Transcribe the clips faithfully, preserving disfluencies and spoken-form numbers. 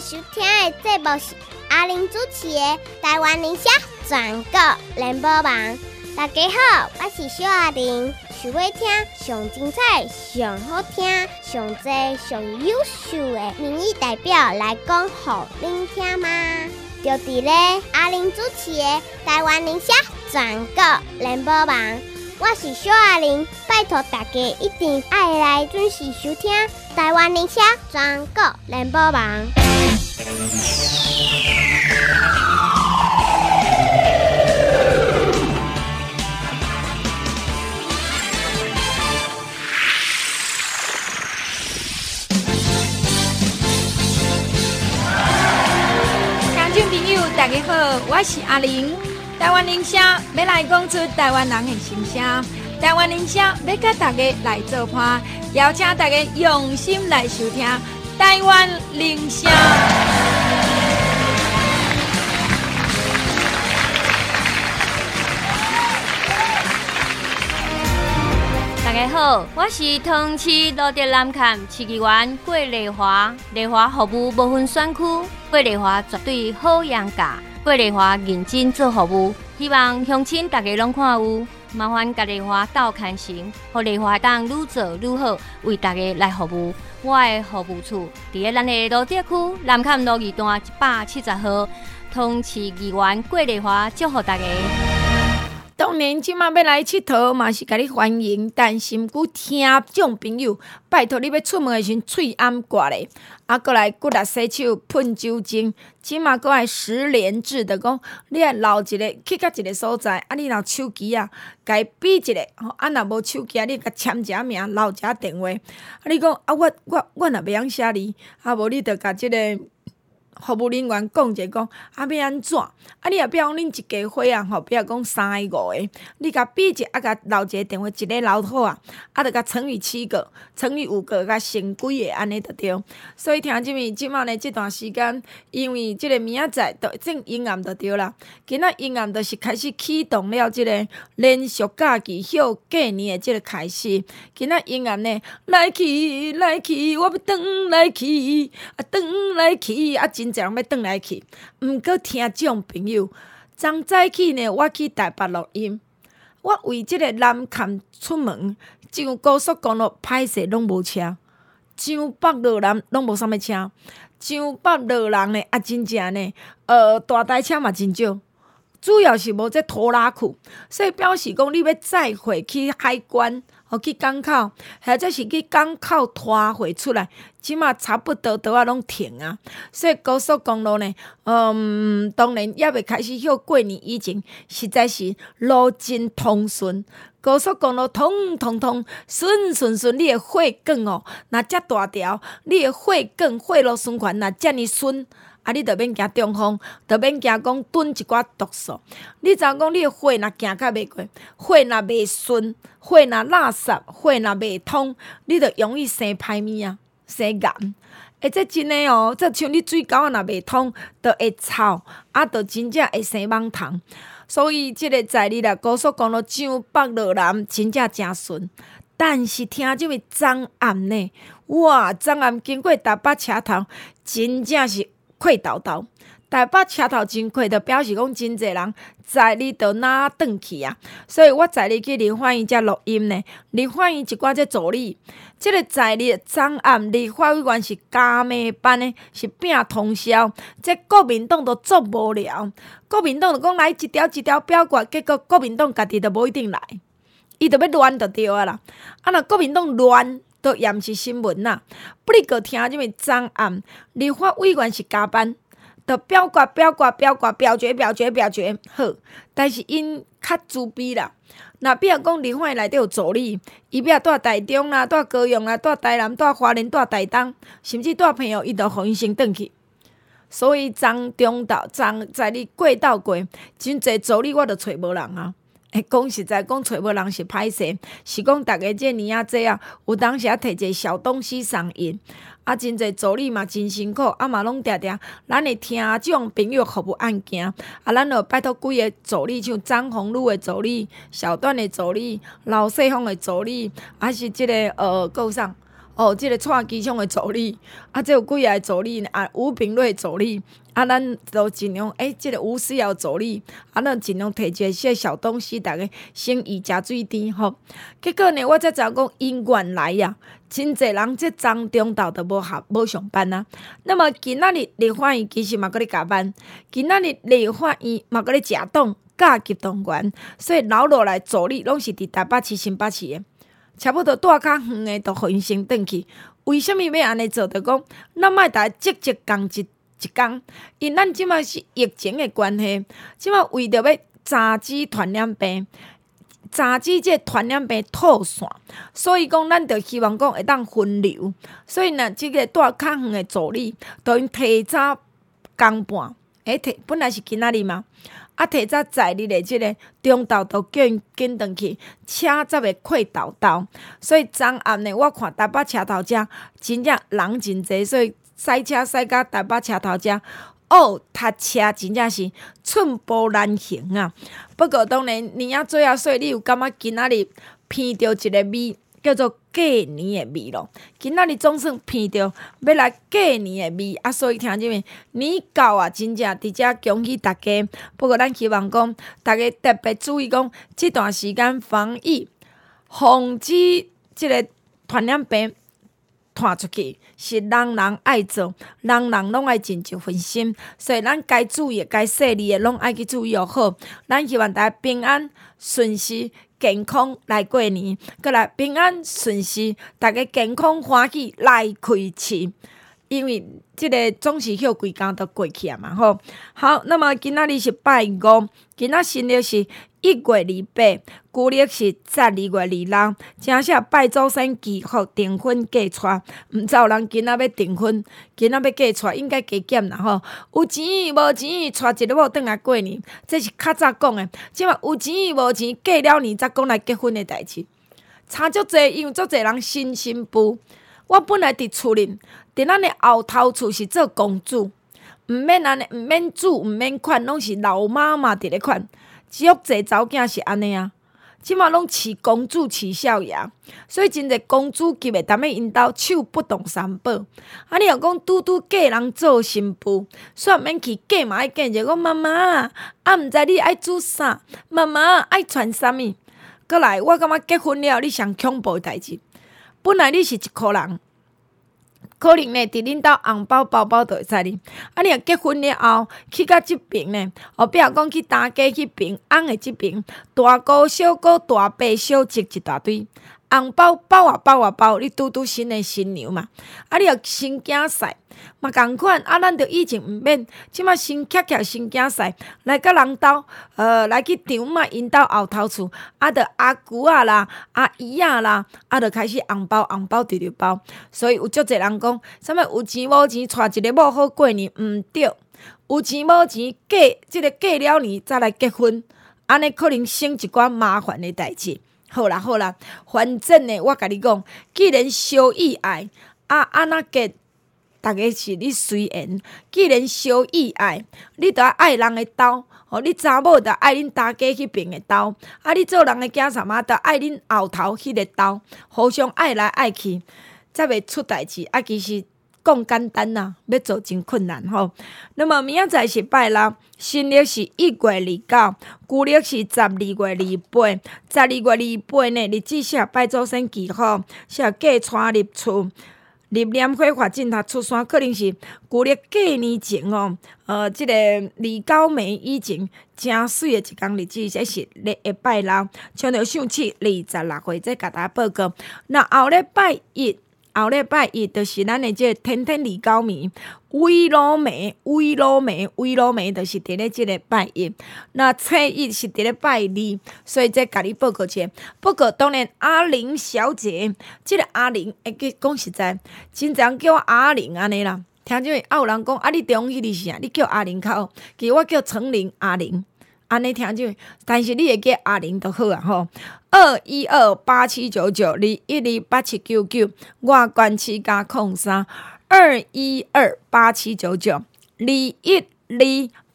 收听的节目是阿玲主持的台湾宁夏全国联播网。大家好，我是小阿玲，想要听上精彩、上好听、上多、上优秀的民意代表来讲给您听吗？就伫咧阿玲主持的台湾宁夏全国联播网。我是小阿玲，拜托大家一定爱来准时收听台湾宁夏全国联播网。 听众朋友，大家好，我是阿玲。台湾宁夏要来讲出台湾人的心声，台湾宁夏要甲大家来做伴，邀请大家用心来收听台湾宁夏。 大家好，我是同市罗德南崁市议员郭丽华。丽华服务无分选区，郭丽华绝对好养价。郭丽华认真做服务，希望乡亲大家拢看有。麻烦甲丽华斗牵成，互丽华当愈做愈好，为大家来服务。我的服务处伫咧咱的罗德区南崁路二段一百七十号，同市议员郭丽华祝福大家。 当然，即马要来佚佗嘛是甲你欢迎，但心久听众朋友，拜托你要出门的时阵喙暗刮咧，啊，过来骨力洗手喷酒精，即马过来十连制的讲，你啊留一个去到一个所在，啊，你若手机啊，甲伊比一个，吼，啊，若无手机啊，你甲签一下名，留一下电话，啊，你讲啊，我我我若袂晓写字，啊，无你着甲即个服务人员讲者讲，啊要安怎？啊你也不要恁一家伙啊，吼，不要讲三个五个，你甲比一，啊甲留一个电话，一个留好啊，啊着甲乘以七个，乘以五个，甲乘几个安尼就对。所以听即面即马呢，即段时间，因为即个明仔载都正阴暗就对啦，今仔阴暗就是开始启动了即个连续假期休过年的即个开始。今仔阴暗呢，来去来去，我要转来去，啊转来去，啊真。人要转来去，毋过听众朋友，昨早起呢，我去台北录音，我为即个南崁出门，上高速公路歹势拢无车，上北落南拢无啥物车，上北落南呢，啊真正呢，呃大台车嘛真少，主要是无这拖拉库，所以表示讲你要载货去海关。或去港口，或者是去港口拖货出来，即马差不多都啊拢停啊。所以高速公路呢，嗯，当然也未开始休过年以前，实在是路真通顺。高速公路通通通顺顺顺，你的货管哦，若遮大条，你的货管货路循环若遮尔顺。啊，你着免惊中风，着免惊讲囤一寡毒素。你知影讲你的货若行较袂过，货若袂顺，货若垃圾，货若袂通，你着容易生歹物啊，生癌。诶，这真诶哦，这像你水沟若袂通，着会臭，啊，着真正会生蠓虫。所以即个在你啦，高速公路上北落南真正诚顺。但是听即个昨暗呢，哇，昨暗经过台北车头，真正是。快豆豆，台北车头真快，就表示讲真侪人载你到哪转去啊！所以我载你去林焕英遮录音呢。林焕英一寡这助理，即、这个载你昨暗立法委员是加暝班的，是拼通宵。这国民党都做无聊，国民党就讲来一条一条表决，结果国民党家己都无一定来，伊就要乱就对啊啦。啊，若国民党乱。都也毋是新闻啦，不哩个听即个昨暗，立法委员是加班，就表决表决表决表决表决表决好，但是因较自卑啦。若比如讲立法内底有助理，伊要住台中啦、住高雄啦、住台南、住花莲、住台东，甚至住朋友，伊都互因先转去。所以昨中昼昨在你过到过，真侪助理我都找无人啊。诶，讲实在，讲找无人是歹势，是讲逐个这年仔这啊，有当时啊摕一个小东西送因，啊真侪助理嘛真辛苦，啊嘛拢定定，咱会听即种朋友服务案件，啊咱就拜托几个助理，像张宏路的助理、小段的助理、老细峰的助理，还是即、这个呃，够上。 哦，即、這个蔡机枪的助理，啊，即有几个助理啊，吴炳瑞助理，啊，咱就尽量诶，即、這个吴思瑶助理，啊，咱尽量摕一个些小东西，逐个先以食水甜吼。结果呢，我才知影讲因原来呀、啊，真侪人即昨中昼都无合无上班啊。那么今仔日立法院其实嘛搁咧加班，今仔日立法院嘛搁咧食顿假集动员，所以留落来助理拢是伫台北市、新北市的。差不多带较远的，都互因先转去。为什么要安尼做？就讲，咱莫逐积极共一一工，因咱即摆是疫情的关系，即摆为着要阻止传染病，阻止即传染病扩散，所以讲，咱着希望讲会当分流。所以呢，即个带较远的助理，都因提早工半，诶，提本来是今仔日嘛。啊！提早在日的即个中昼都叫因紧转去，车才会快倒倒。所以昨暗呢，我看台北车头遮真正人真济，所以塞车塞到台北车头遮，哦，塞车真正是寸步难行啊！不过当然年仔做啊，所以你有感觉今仔日闻到一个味，叫做过年的味咯。今仔日总算闻到要来过年的味啊，所以听即个年到啊，真正伫遮恭喜大家。不过咱希望讲，大家特别注意讲，即段时间防疫，防止即个传染病传出去，是人人爱做，人人拢爱尽一份心。所以咱该注意、该细腻的，拢爱去注意好。咱希望大家平安顺时。健康来过年，过来平安顺时，大家健康欢喜来开市。因为即个总是休几工都过去啊嘛吼。好，那么今仔日是拜五，今仔新历是一月二八，旧历是十二月二六。正式拜祖先祈福订婚嫁娶，毋知有人今仔要订婚，今仔要嫁娶，应该加减啦吼。有钱无钱，娶一个某转来过年，这是较早讲的。即嘛有钱无钱，过了年才讲来结婚的代志，差足济，因为足济人新新妇。我本来伫厝里，伫咱的后头厝是做公主，毋免安尼，毋免煮，毋免款，拢是老妈妈伫咧款。只有济查某囝是安尼啊，即马拢饲公主饲少爷，所以真侪公主级的，踮咧因兜手不动三宝。啊，你若讲拄拄嫁人做新妇，煞免去嫁嘛爱嫁者讲妈妈，啊毋知你爱煮啥，妈妈爱穿啥物。过来，我感觉结婚了，你上恐怖的代志。本来你是一箍人，可能呢，伫恁兜红包包包就会使哩。啊，你若结婚了后，去到即边呢，后壁讲去大家迄边，翁的即边，大姑、小姑、大伯、小侄一大堆，红包包啊包啊包，你拄拄新的新娘嘛。啊，你若新囝婿嘛共款，啊，咱着以前毋免，即马新恰恰新囝婿来甲人兜，呃，来去丈嘛因兜后头厝，啊，着阿姑啊啦、阿姨啊啦，啊，着开始红包红包直直包。所以有足侪人讲，啥物有钱无钱，娶一个某好过年，毋对。有钱无钱，嫁即个嫁了年再来结婚，安尼可能省一寡麻烦的代志。好啦好啦，反正呢，我甲你讲，既然小意爱，啊安那结，逐个是你随缘。既然小意爱，你着爱人的兜，哦，你查某着爱恁大家迄边的兜，啊，你做人的囝啥嘛，着爱恁后头迄个兜，互相爱来爱去，才袂出代志。啊，其实讲简单啦，要做真困难吼。那么明仔载是拜六，新历是一月二九，旧历是十二月二八。十二月二八呢，日子写拜祖先祈福，写嫁娶入厝。入念火化进塔出山，可能是旧历过年前哦。呃，即、這个二九暝以前真水的一工日子，这是礼拜六，像着上七二十六岁，这甲大家报告。那后礼拜一。后礼拜一就是咱的这天天二九暝，围炉暝，围炉暝，围炉暝，就是伫咧即个拜一。那初一是伫咧拜二，所以这甲你报告一下。不过当然，阿玲小姐，即、這个阿玲，会去讲实在，真侪人叫我阿玲安尼啦。听见啊有人讲啊，你中迄是啥？你叫阿玲较好，其实我叫陈玲阿玲。安尼听见，但是你会叫阿玲就好啊吼。二一二八七九九二一二八七九九，外关七加空三。二一二八七九九二一二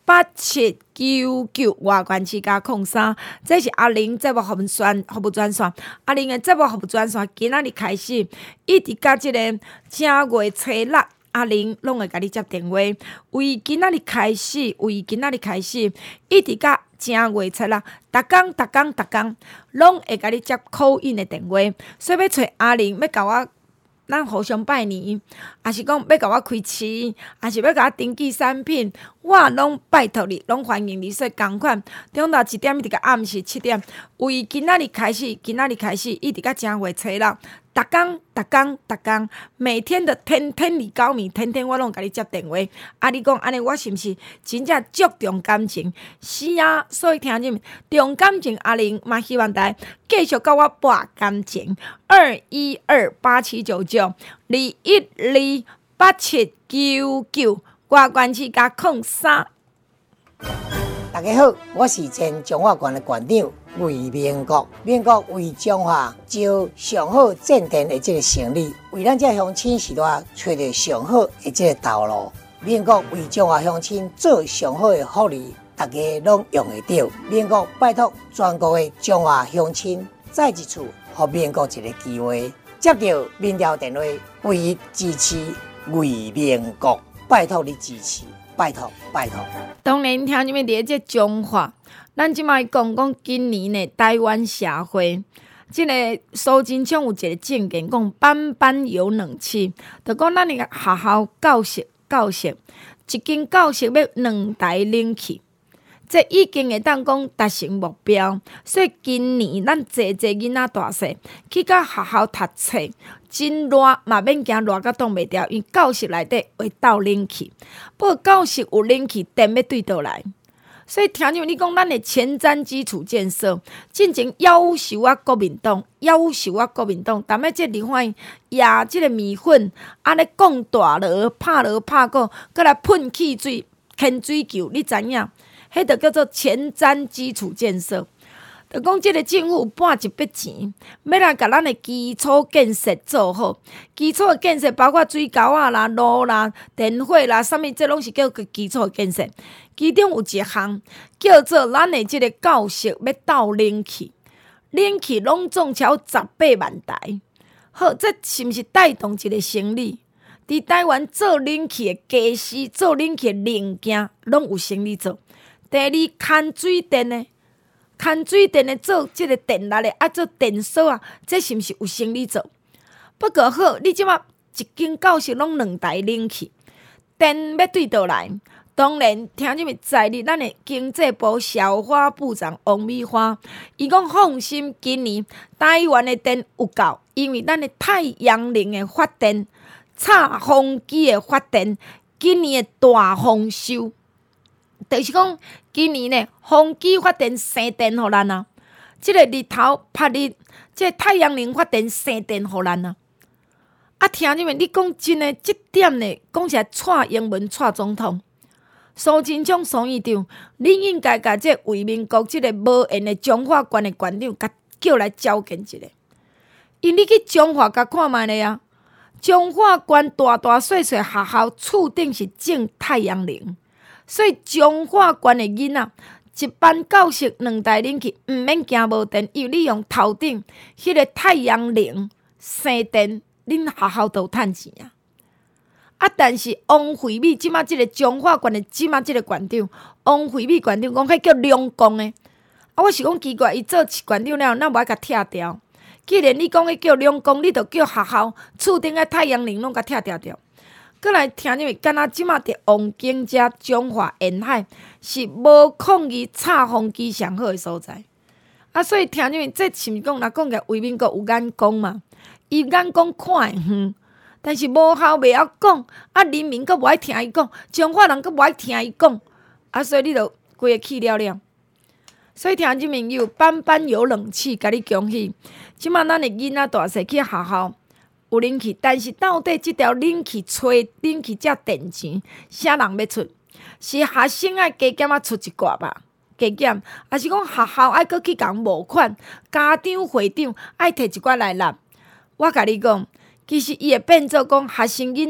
八七九九外关市加空三，这是阿玲节目服务专服务专线。阿玲的节目服务专线今仔日开始，一直到即个正月初六，阿玲拢会甲你接电话。为今仔日开始，为今仔日开始，一直到正月初六，逐工逐工逐工，拢会甲你接 call in 的电话。所以要找阿玲，要甲我。咱互相拜年，也是讲要甲我开市，也是要甲我登记产品，我拢拜托你，拢欢迎你。所以同款，中昼一点一直到暗时七点，为今仔日开始，今仔日开始一直到正月初六，逐工逐工逐工，每天的天天里高明，天天我拢甲你接电话。啊，你讲安尼，我是毋是真正足重感情？是啊，所以听你们重感情，阿玲嘛希望大家继续甲我博感情。二一二八七九九，二一二八七九九，外关市加空三。 大家好，我是前中华县的县长魏明国。民国为中华招上好正电的这个成立，为咱这乡亲时代找到上好的这个道路。民国为中华乡亲做上好的福利，大家拢用得到。民国拜托全国的中华乡亲，再一次给民国一个机会，接到民调电话，唯一支持魏明国，拜托你支持。拜托，拜托！ 当然，听你们伫这中华，咱即摆讲讲今年的台湾社会，即、这个苏贞昌有一个政见讲班班有冷气，就讲咱的学校教室教室，一间教室要两台冷气，这已经会当讲达成目标。所以今年咱济济囡仔大细去到学校读册。真热嘛，免惊热甲挡袂牢，因教室内底会斗冷气。不过教室有冷气，电要对倒来。所以听你你讲，咱的前瞻基础建设，进前夭寿啊国民党，夭寿啊国民党，但要这立法院压这个米粉，安尼讲大落，拍落拍过，搁来喷汽水、牵水球，你知影？迄就叫做前瞻基础建设。就讲，即个政府半一笔钱，要来甲咱的基础建设做好。基础的建设包括水沟啊啦、路啦、电火啦，啥物这拢是叫做基础的建设。其中有一项叫做咱的即个教室要斗冷气，冷气拢总超十八万台。好，这是毋是带动一个生理？伫台湾做冷气的技师、做冷气的零件，拢有生理做。第二，牵水电的。牵水电的做即个电力的，啊做电锁啊，这是毋是有生理做？不过好，你即马一间教室拢两台冷气，电要对倒来。当然，听你们在日，咱的经济部小花部长王美花，伊讲放心，今年台湾的电有够，因为咱的太阳能的发电、插风机的发电，今年的大丰收。就是讲，今年呢，风机发电生电互咱啊，即、这个日头晒日，即、这个太阳能发电生电互咱啊。啊，听你们，你讲真诶，即点呢，讲起来蔡英文蔡总统，苏贞昌苏院长，你应该甲即为民国即个无缘诶中华县诶县长，甲叫来召见一下。因你去中华甲看觅咧啊，中华县大大细细学校厝顶是种太阳能。所以中华县的囡仔，一班教室两台冷气，毋免惊无电，因为你用头顶迄个太阳能生电，恁学校都有趁钱啊。啊，但是王惠美即马即个中华县的即马即个县长，王惠美县长讲，迄叫两公的。啊，我是讲奇怪，伊做县长了，咱无爱甲拆掉。既然你讲迄叫两公，你着叫学校厝顶的太阳能拢甲拆掉掉。过来听你们，敢若即马伫王景遮中华沿海是无抗议插风机上好的所在。啊，所以听你们，这是毋是讲若讲个为民国有眼光嘛？伊眼光看会远，但是无效袂晓讲，啊，人民阁无爱听伊讲，中华人阁无爱听伊讲，啊，所以你着规个气了了。所以听你们有班班有冷气，甲你恭喜！即马咱的囡仔大细去学校。有冷气，但是到底即条冷气吹冷气这电钱，啥人要出？是学生爱加减啊出一寡吧？加减，还是讲学校爱搁去共募款？家长会长爱摕一寡来纳？我甲你讲，其实伊会变做讲学生囡仔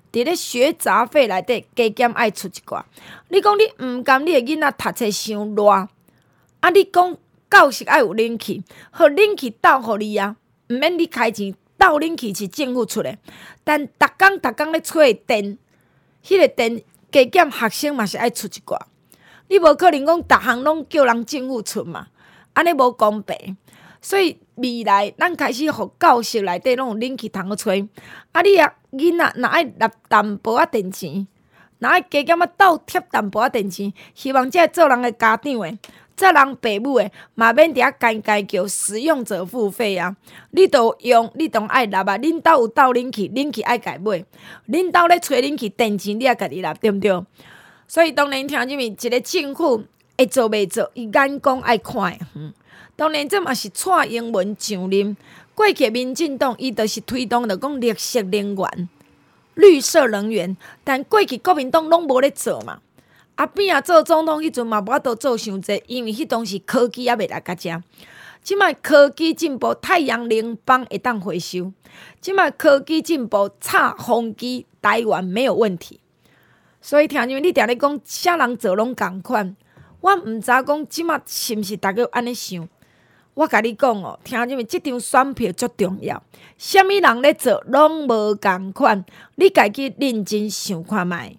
伫咧学杂费内底加减爱出一寡。你讲你毋甘你的囡仔读册伤热，啊！你讲教室爱有冷气，互冷气斗互你啊，毋免你开钱，斗冷气是政府出的。但逐工逐工咧吹电，迄、那个电加减学生嘛是爱出一寡。你无可能讲逐项拢叫人政府出嘛，安尼无公平。所以未来咱开始互教室内底拢有冷气通好吹，啊你啊囡仔若爱纳淡薄仔电钱，若爱加减啊斗贴淡薄仔电钱，希望这做人的家长的。做人父母的嘛免伫遐干干叫使用者付费啊！你都用，你都爱纳啊！恁兜有斗冷气，冷气爱家买；恁兜咧吹冷气，电钱你也家己纳，对毋对？所以当然听啥物，一个政府会做袂做，伊眼光爱看的。嗯，当然这嘛是蔡英文上任，过去民进党伊就是推动着讲绿色能源、绿色能源，但过去国民党拢无咧做嘛。啊边啊做总统迄阵嘛无法度做伤济，因为迄当时科技还未来到遮。即摆科技进步，太阳能板会当回收；即摆科技进步，插风机台湾没有问题。所以听你你定咧讲啥人做拢共款，我毋知讲即摆是毋是逐个安尼想。我甲你讲哦，听你即张选票足重要，啥物人咧做拢无共款，你家己认真想看觅。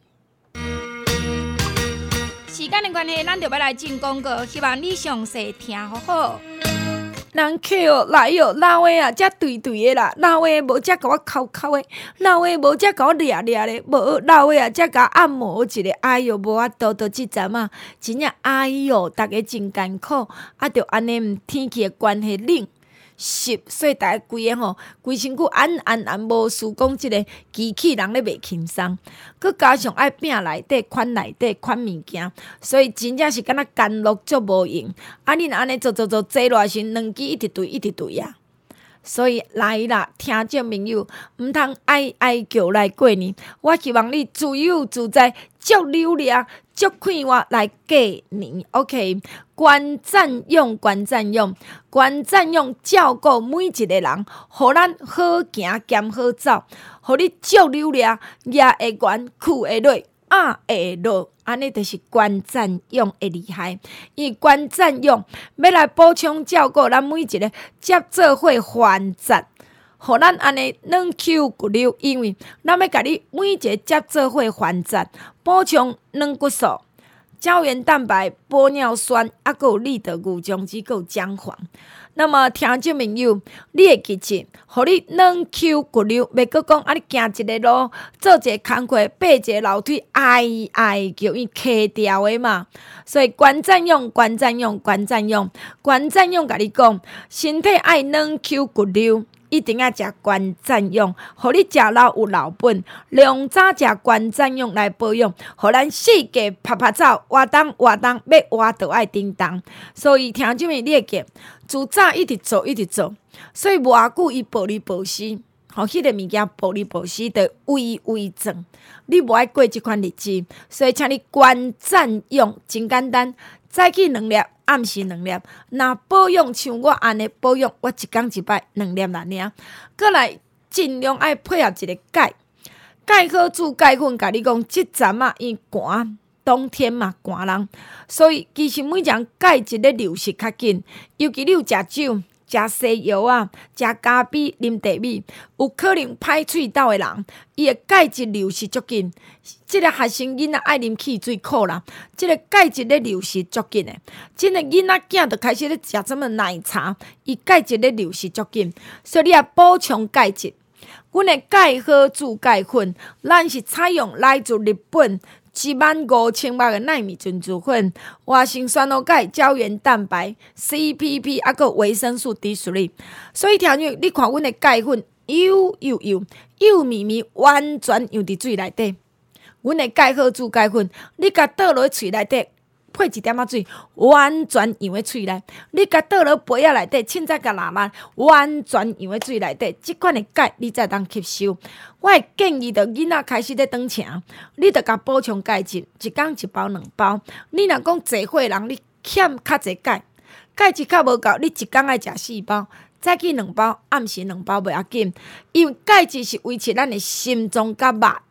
时间的关系，咱就要来进广告，希望你详细听好好。人客哦来哦，老的啊，遮对对的啦，老的无遮甲我抠抠的，老的无遮甲我掠掠的，无老的啊，遮甲按摩一个，哎哟，无法度到即阵啊，真正哎哟，逐个真艰苦，啊，着安尼天气的关系冷。湿，所以大家规个吼，规身躯按按按，无事讲即个机器人咧袂轻松，佮加上爱拼内底、款内底、款物件，所以真正是敢若干落足无用。啊，恁安尼做做做坐落时，两支一直对一直对啊。所以来啦，听众朋友，毋通哀哀叫来过年。我希望你自由自在，足流利，足快活来过年。OK， 关占用，关占用，关占用，照顾每一个人，互咱好行兼好走，互你足流利，也会悬，苦会落。啊，会落，安尼就是关占用会厉害。因为关占用要来补充照顾咱每一个，接做伙还债，互咱安尼软 Q 骨溜。因为咱要甲你每一个接做伙还债，补充软骨素、胶原蛋白、玻尿酸，啊，佮有利得牛浆脂，佮有姜黄。那么听众朋友，你会记住，互你软 Q 骨溜，袂阁讲啊！你行一个路，做一个工课，爬一个楼梯，哎哎叫伊卡掉的嘛。所以关占用，关占用，关占用，关占用，甲你讲，身体爱软 Q 骨溜。一定要食关占用，互你食老有老本，量早食关占用来保养，互咱世界拍拍走，活动活动，要活都爱叮当。所以听种诶，你会记，自早一直做一直做，所以偌久伊保你保死，吼，迄个物件保你保死，得微微整。你无爱过即款日子，所以请你关占用，真简单，早起两粒。暗时两粒，若保养像我安尼保养，我一工一摆两粒啦尔。过来尽量爱配合一个钙，钙好煮钙粉，甲你讲，即阵啊，伊寒，冬天嘛寒人，所以其实每种钙质咧流失较紧，尤其你有食酒、食西药啊、食咖啡、啉茶米，有可能歹喙斗的人，伊的钙质流失足紧。即个学生囡仔爱啉汽水苦啦，即个钙质咧流失足紧的。即个囡仔囝就开始咧食什么奶茶，伊钙质咧流失足紧，所以你要补充钙质。阮的钙好煮钙粉，咱是采用来自日本一万五千瓦的纳米珍珠粉，活性酸露钙、胶原蛋白、C P P， 还有维生素 D 三。所以听你，你看阮的钙粉油油油油绵绵，完全用伫水内底。阮的钙好煮钙粉，你甲倒落喙内底，配一点仔水，完全用喺喙内。你甲倒落杯仔内底，凊彩甲拉拉，完全用喺水内底。即款的钙，你才当吸收。我会建议着囡仔开始咧长强，你着甲补充钙质，一工一包两包。你若讲坐伙人，你欠较侪钙，钙质较无够，你一工爱食四包。早起两包，暗时两包袂要紧，因为钙质是维持咱的心脏甲肉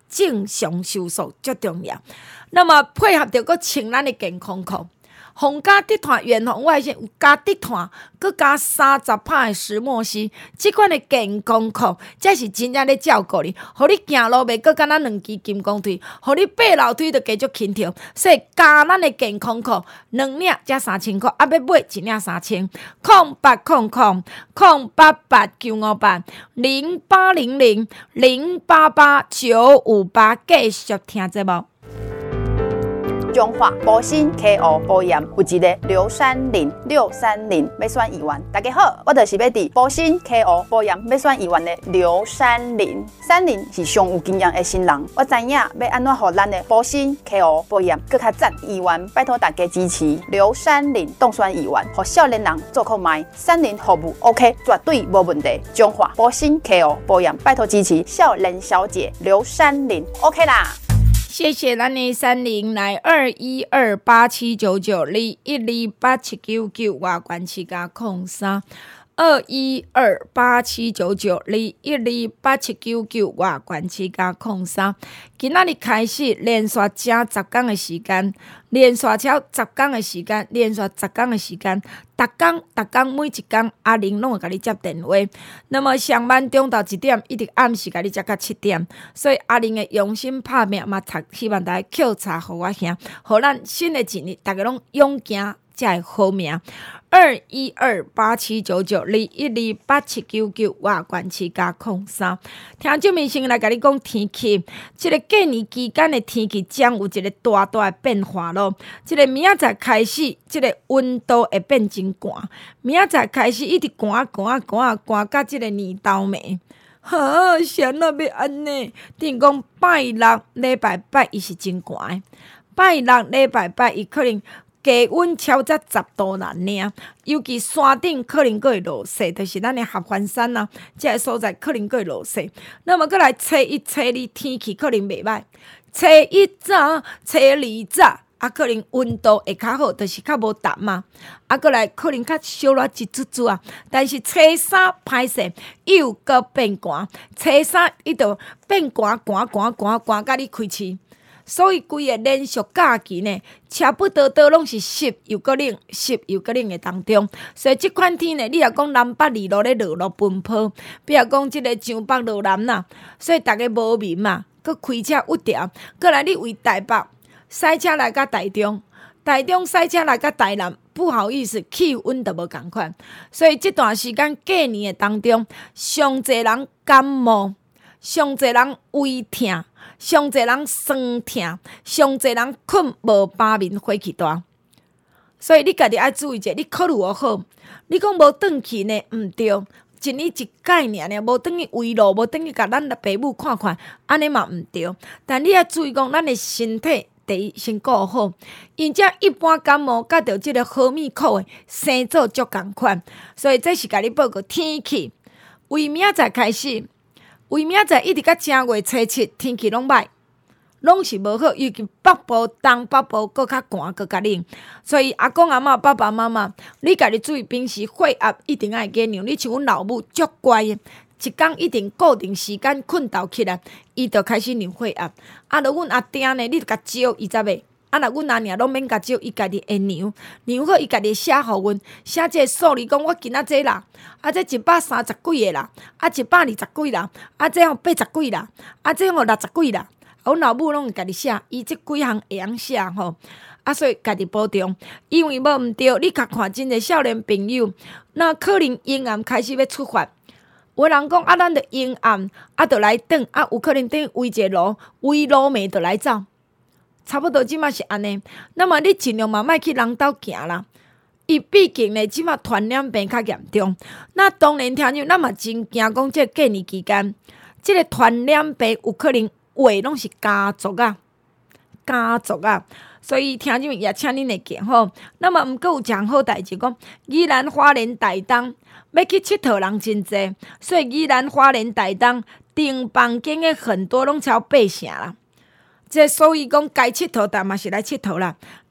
正常收束最重要。那么配合着佫穿咱的健康裤。防甲滴炭远红外线有加滴炭，佮加三十帕的石墨烯，即款的健康裤，才是真正咧照顾你，互你行路袂佮敢若两支金刚腿，互你爬楼梯就加足轻佻。所以加咱的健康裤，两领才三千块，啊要买一领三千。空八空空空八八九五八零八零零零八八九五八，继续听节目。 中华保鲜 K O 保养有一个硫酸磷，六三零要选一元。大家好，我就是要伫保鲜 K O 保养要选一元的硫酸磷。三零是上有经验的新人，我知影要安怎互咱的保鲜 K O 保养更较赞一元，拜托大家支持硫酸磷冻酸一元，互少年人做购买。三零服务 OK， 绝对无问题。中华保鲜 K O 保养，拜托支持少年小姐硫酸磷 OK 啦。 谢谢咱的三零来二一二八七九九二一二八七九九外关七加空三二一二八七九九二一二八七九九外关七加空三。今仔日开始连续正十天的时间，连续超十天的时间，连续十天的时间，逐天逐天每一天阿玲拢会甲你接电话。那么上班中昼一点一直暗时甲你接到七点，所以阿玲的用心拍拼嘛，读希望大家扣查互我兄，互咱新的一年大家拢勇行才会好命。二一二八七九九二一二八七九九外关七加空三。听众们先来甲你讲天气，这个过年期间的天气将有一个大大的变化咯。这个明仔载开始，这个温度会变真寒，明仔载开始一直寒寒寒寒到这个年头暝。哈，谁那要安尼？等讲拜六礼拜八伊是真寒的，拜六礼拜八伊可能低温超过十度难领，尤其山顶可能佫会落雪，就是咱的合欢山啊，这个所在可能佫会落雪。那么佫来初一、初二天气可能袂歹，初一早、初二早啊，可能温度会较好，就是较无淡嘛。啊，佫来可能较小热一chút chút啊，但是初三歹势又佫变寒，初三伊就变寒寒寒寒寒甲你开市。所以规个连续假期呢，差不多多拢是湿又搁冷，湿又搁冷的当中。所以即款天呢，你若讲南北二路咧落落奔波，比如讲即个上北落南啦，所以逐个无眠嘛，搁开车郁条，搁来你为台北塞车来甲台中，台中塞车来甲台南，不好意思，气温都无共款。所以即段时间过年的当中，上侪人感冒，上侪人胃痛。上侪人酸痛，上侪人困无把面火气大，所以你家己爱注意者，你考虑好好。你讲无转去呢，毋对，一年一届尔呢，无转去围路，无转去甲咱爸母看看，安尼嘛毋对。但你要注意讲，咱的身体第一先顾好，因这一般感冒甲着即个好米苦的生做足共款，所以这是甲你报告天气。为明仔载开始。为明仔载一直到正月初七，天气拢歹，拢是无好，尤其北部、东北部搁较寒，搁较冷。所以阿公阿嬷、爸爸妈妈，你家己注意，平时血压一定爱加量。你像阮老母足乖的，一工一定固定时间困倒起来，伊就开始量血压。啊，若阮阿爹呢，你著甲招，伊才袂。啊，若阮阿娘拢免甲招，伊家己会量，量好伊家己写互阮，写这个数字讲我今仔这啦，啊这一百三十几个啦，啊一百二十几啦，啊这吼八十几啦，啊这吼六十几啦，啊阮老母拢会家己写，伊这几项会晓写吼，啊所以家己保重，因为无毋对，你甲看真侪少年朋友，那可能阴暗开始要出发。有人讲啊，咱着阴暗，啊，着来转，啊，有可能等围一个路，围路暝着来走。差不多即马是安尼，那么你尽量嘛莫去人兜行啦。伊毕竟呢，即马传染病较严重。那当然听众，咱嘛真惊讲，即个过年期间，即个传染病有可能话拢是家族啊，家族啊。所以听众也请恁会记吼。那么毋过有一项好代志，讲宜兰花莲台东要去佚佗人真济，所以宜兰花莲台东订房间的很多拢超八成啦。这所以讲该佚佗，但嘛是来佚佗啦。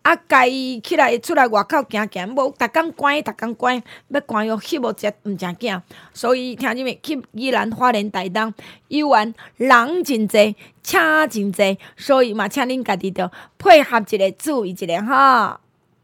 啊，家起来出来外口行行，无逐工关，逐工关，要关哟，翕无食毋正经。所以听入面去宜兰花莲台东游玩，人真济，车真济，所以嘛，请恁家己着配合一个，注意一个哈。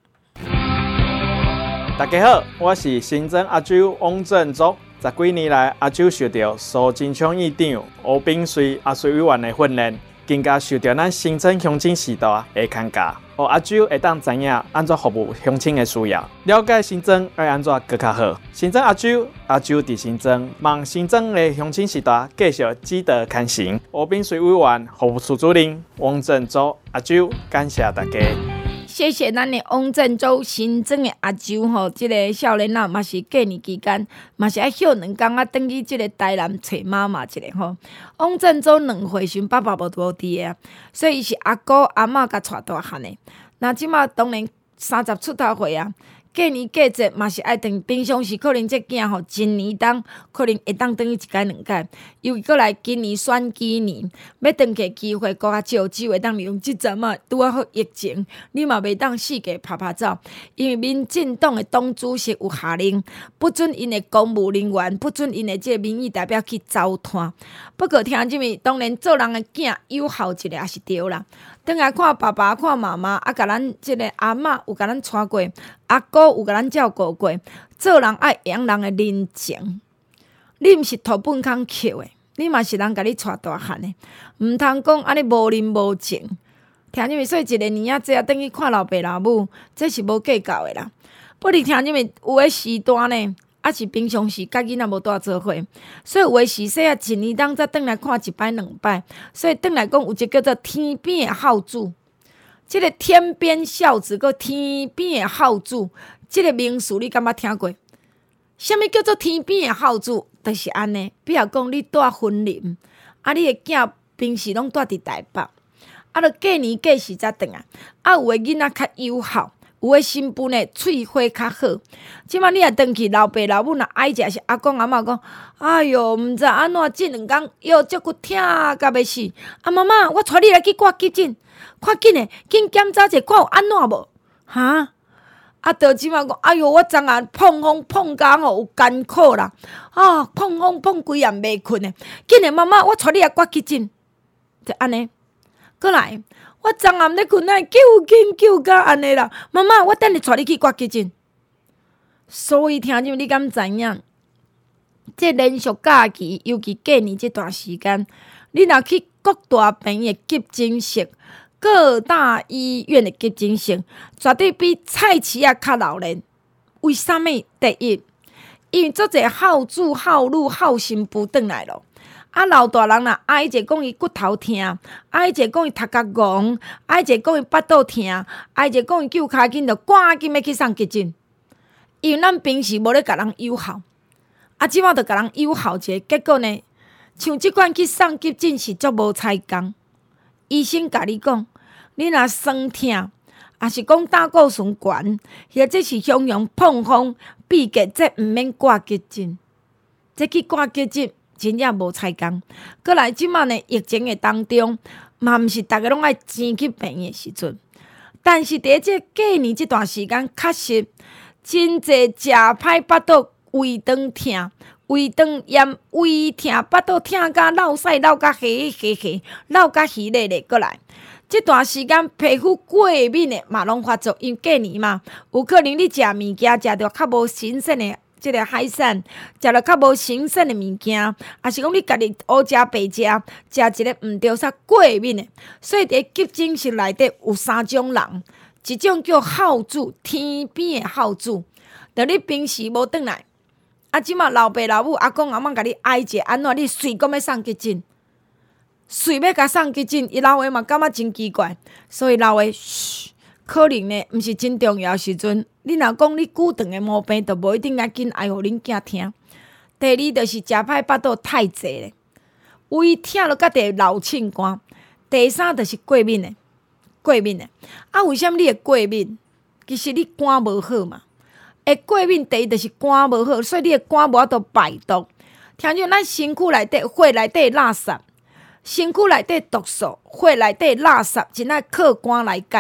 大家好，我是新庄阿周王振祖。十几年来，阿周受到苏贞昌院长吴秉绥阿绥委员的训练，更加受到咱新庄乡亲时代的看教，让阿周会当知影安怎服务乡亲的需要，了解新庄要安怎更较好。新庄阿周，阿周伫新庄，望新庄的乡亲时代继续积德看行。吴秉绥委员、服务处主任王振祖阿周，感谢大家。 谢谢咱的王振祖新庄的阿周吼，即、这个少年仔嘛是过年期间，嘛是爱休两工啊，等去即个台南找妈妈一下吼。王振祖两岁时爸爸无无伫啊，所以是阿姑阿嬷甲带大汉的。那即马当然三十出头岁啊，过年过节嘛是爱等，平常时可能这囝吼一年当可能会当等去一届两届，又过来今年选举年，要等去机会搁较少，只会当利用即阵嘛拄啊好疫情，你嘛袂当四界拍拍走，因为民进党的党主席有下令，不准因的公务人员，不准因的即个民意代表去走摊。不过听即面，当然做人的囝友好一个也是对啦。等来看爸爸、看妈妈，啊，甲咱即个阿嬷有甲咱带过，阿姑有甲咱照顾过，做人爱养人的人情。你毋是土本空捡的，你嘛是人甲你带大汉的，毋通讲安尼无人无情。听入面，所以一个年仔这啊，等去看老爸老母，这是无计较的啦。不哩听入面有诶时段呢，啊是平常时甲囡仔无带做伙，所以有诶时说啊，一年当才转来看一摆两摆，所以转来讲有一个叫做天边诶孝子，即、这个天边孝子个天边诶孝子，即、这个名词你敢捌听过？啥物叫做天边诶孝子？就是安尼，比如讲你住婚林，啊你诶囝平时拢住伫台北，啊著过年过时才转来，啊有诶囡仔较友好。有诶新妇呢，喙花较好。即摆你若转去，老爸老母若爱食是阿公阿嬷讲，哎哟，毋知安怎即两工腰足骨疼甲要死。啊妈妈，我带你来去挂急诊，快紧诶，紧检查者看有安怎无？哈？啊，到即摆讲，哎哟，我昨下碰风碰工吼有艰苦啦，啊，碰风碰规夜袂困诶。紧诶，妈妈，我带你来挂急诊，就安尼。过来。我昨暗咧困来救紧救甲安尼啦，妈妈，我等下带你去挂急诊。所以听入你敢知影？这连续假期，尤其过年这段时间，你若去各大病院的急诊室、各大医院的急诊室，绝对比菜市啊较闹热。为什么？第一，因为做者孝子、孝女、孝媳妇转来咯。啊，老大人若哀者讲伊骨头疼，哀者讲伊头壳戆，哀者讲伊巴肚疼，哀者讲伊脚骹紧，着赶紧要去送急诊。因为咱平时无咧甲人友好，啊，即摆着甲人友好者，结果呢，像即款去送急诊是足无采工。医生甲你讲，你若酸痛，也是讲胆固醇悬，或者是胸阳碰风、闭结，这毋免挂急诊，这去挂急诊。真正无采工，过来即摆呢疫情的当中，嘛毋是逐个拢爱钱去病院的时阵。但是伫即过年即段时间，确实真侪食歹巴肚、胃肠疼、胃肠炎、胃疼、巴肚疼甲落屎、落甲黑黑黑、落甲稀咧咧。过来，即段时间皮肤过敏的嘛拢发作，因为过年嘛，有可能你食物件食着较无新鲜的。即个海产，食了较无新鲜的物件，也是讲你家己乌食白食，食一个毋着啥过敏的。所以伫急诊室内底有三种人，一种叫孝子，天边的孝子，着你平时无转来，啊，即马老爸老母阿公阿嬷甲你哀者安怎，你随讲要送急诊，随要甲送急诊，伊老话嘛感觉真奇怪，所以老话嘘。可能呢，毋是真重要时阵，你若讲你久长的毛病，就无一定要紧爱互恁囝听。第二，就是食歹巴肚太济咧，胃疼了，甲地流凊汗。第三，就是过敏的，过敏的。啊，为什么你会过敏？其实你肝无好嘛。会过敏，第一就是肝无好，所以你的肝无法度排毒。听讲咱身躯内底、血内底垃圾，身躯内底毒素、血内底垃圾，真爱靠肝来解。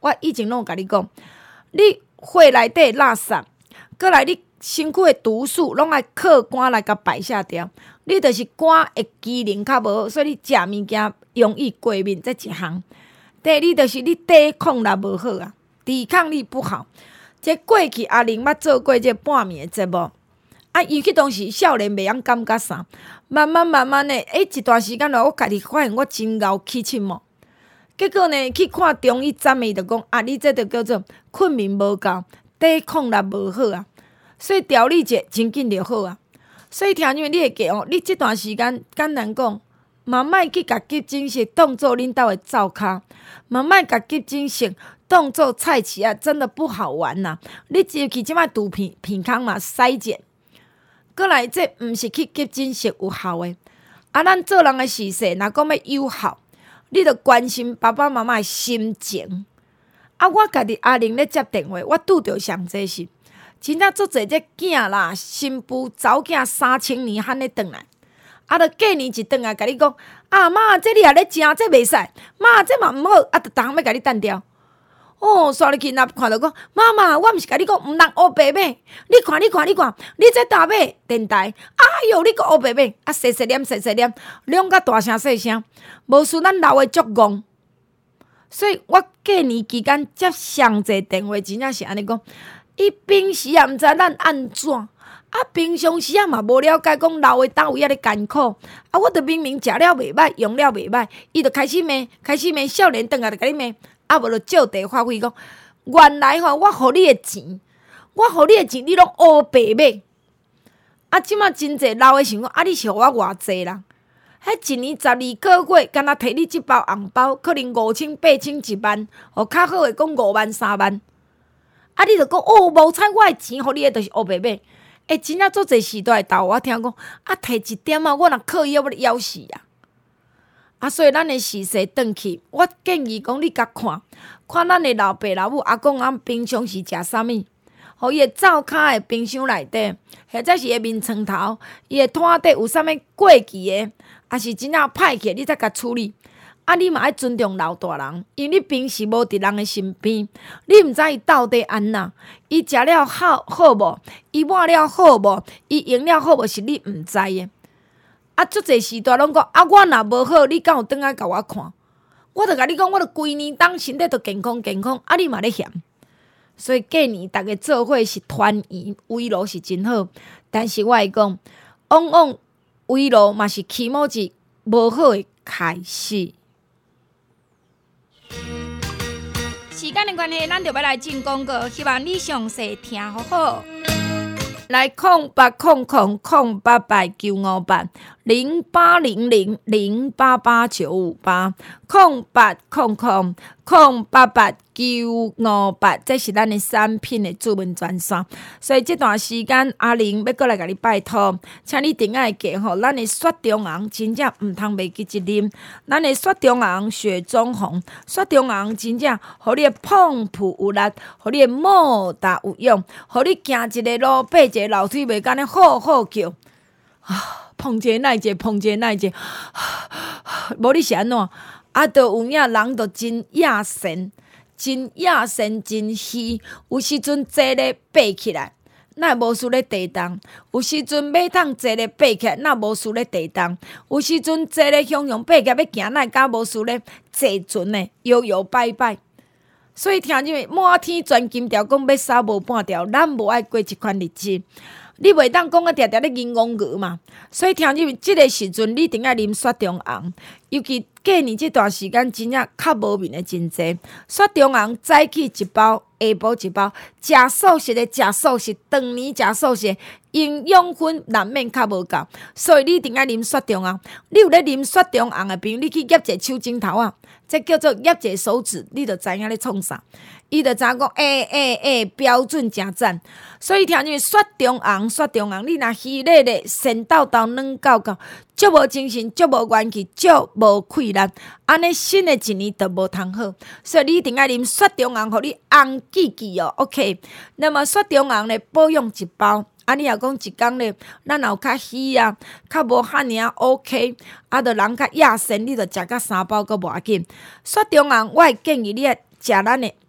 我以前拢有甲你讲，你血内底垃圾，过来你身躯的毒素，拢爱靠肝来甲排下掉。你就是肝的机能较无好，所以你食物件容易过敏，这一项。第二，你就是你抵抗力无好啊，抵抗力不好。这过去阿玲捌做过这半暝的节目，啊，伊去当时少年袂晓感觉啥，慢慢慢慢的，诶，一段时间落，我家己发现我真敖起深毛。结果呢，去看中医站的，伊就讲啊，你这就叫做困眠无够，抵抗力无好啊，所以调理者真紧就好啊。所以听因为你会记哦，你这段时间简单讲，嘛莫去甲急诊室当做恁兜的灶骹，嘛莫甲急诊室当做菜市啊，真的不好玩呐、啊。你入去即摆肚皮片康嘛筛检，过来这毋是去急诊室有效的。啊，咱做人的事势，若讲要有效，你着关心爸爸妈妈的心情。啊，我家己阿玲咧接电话，我拄着上济是。真正足侪这囝啦，新妇查某囝三千年汉咧转来，啊，着过年一转来，甲你讲啊妈，这你也咧食，这袂使，妈这嘛毋好，啊，着逐项要甲你单掉。哦，刷入去若看到讲，妈妈，我毋是甲你讲毋通乌白马，你看你看你看，你这大马电台，哎哟，你个乌白马，啊，细细念细细念，两甲大声细声，无输咱老的足戆。所以我过年期间接上济电话，真正是安尼讲。伊平时也毋知咱安怎，啊，平常时啊嘛无了解讲老的倒位遐咧艰苦，啊，我着明明食了袂歹，用了袂歹，伊着开始骂，开始骂，少年转来着甲你骂，啊，无着借题发挥讲，原来吼，我互你的钱，我互你的钱，你拢乌白买，啊，即马真济老的想讲，啊，你是互我偌济啦？迄一年十二个月，敢若摕你即包红包，可能五千、八千、一万，哦，较好诶讲五万、三万。啊！你着讲哦，无彩我诶钱，互你诶，著是乌白马。诶，真正足侪时代会斗我听讲，啊，摕一点啊，我若刻意要要死啊！啊，所以咱诶时势转去，我建议讲你甲看，看咱诶老爸老母阿公阿平常时食啥物，互伊诶灶骹诶冰箱内底，或者是伊诶面床头，伊诶摊底有啥物过期诶，啊是真正歹去，你才甲处理。啊，你嘛爱尊重老大人，因为你平时无伫人诶身边，你毋知伊到底安那，伊食了好好无，伊抹了好无，伊用了好无，是你毋知诶。啊，足侪时代拢讲啊，我若无好，你敢有转来甲我看？我着甲你讲，我着规年当身体着健康健康，啊，你嘛咧嫌。所以过年逐个做伙是团圆，围炉是真好，但是我会讲，往往围炉嘛是起码是无好诶开始。时间的关系，咱就要来进广告，希望你详细听好好。来空八空空空八八九五八零八零零零八八九五八空八空空空八八九五八，这是咱的产品的主文专线。所以这段时间阿玲要过来甲你拜托，请你顶爱记吼，咱的雪中红真正毋通袂记一啉，咱的雪中红、雪中红、雪中红真正，互你的碰扑有力，互你的莫大有用，互你行一个路爬一个楼梯袂干咧好好叫啊，碰一个耐一个，碰一个耐一个，无你是安怎？啊，着有影人着真野神。真野神真虚，有时阵坐咧爬起来，哪会无事咧地动；有时阵马桶坐咧爬起来，哪无事咧地动；有时阵坐咧向向爬起来要行，哪会敢无事咧坐船咧摇摇摆摆。所以听入满天钻金条，讲要扫无半条，咱无爱过即款日子。你袂当讲啊，定定咧银戆额嘛。所以听入即个时阵，你一定要啉雪中红，尤其过年这段时间，真正较无面的真济。雪中红早起一包，下晡一包，食素食的食素食，当年食素食，营养分难免较无够。所以你一定要啉雪中红。你有咧啉雪中红的朋友，你去捏一个手指头啊，这叫做捏一个手指，你就知影咧创啥。伊就知影讲，诶诶诶，标准真赞。所以听入雪中红，雪中红，你若虚咧咧，神豆豆软狗狗，足无精神，足无元气，足无气力，安尼新的一年就无通好。所以你一定要啉雪中红，互你红记记哦。OK， 那么雪中红咧保养一包。啊，你若讲一工咧，咱有较虚啊，较无遐尔 OK， 啊，着人较野生，你着食到三包阁无要紧。雪中红，我会建议你食咱的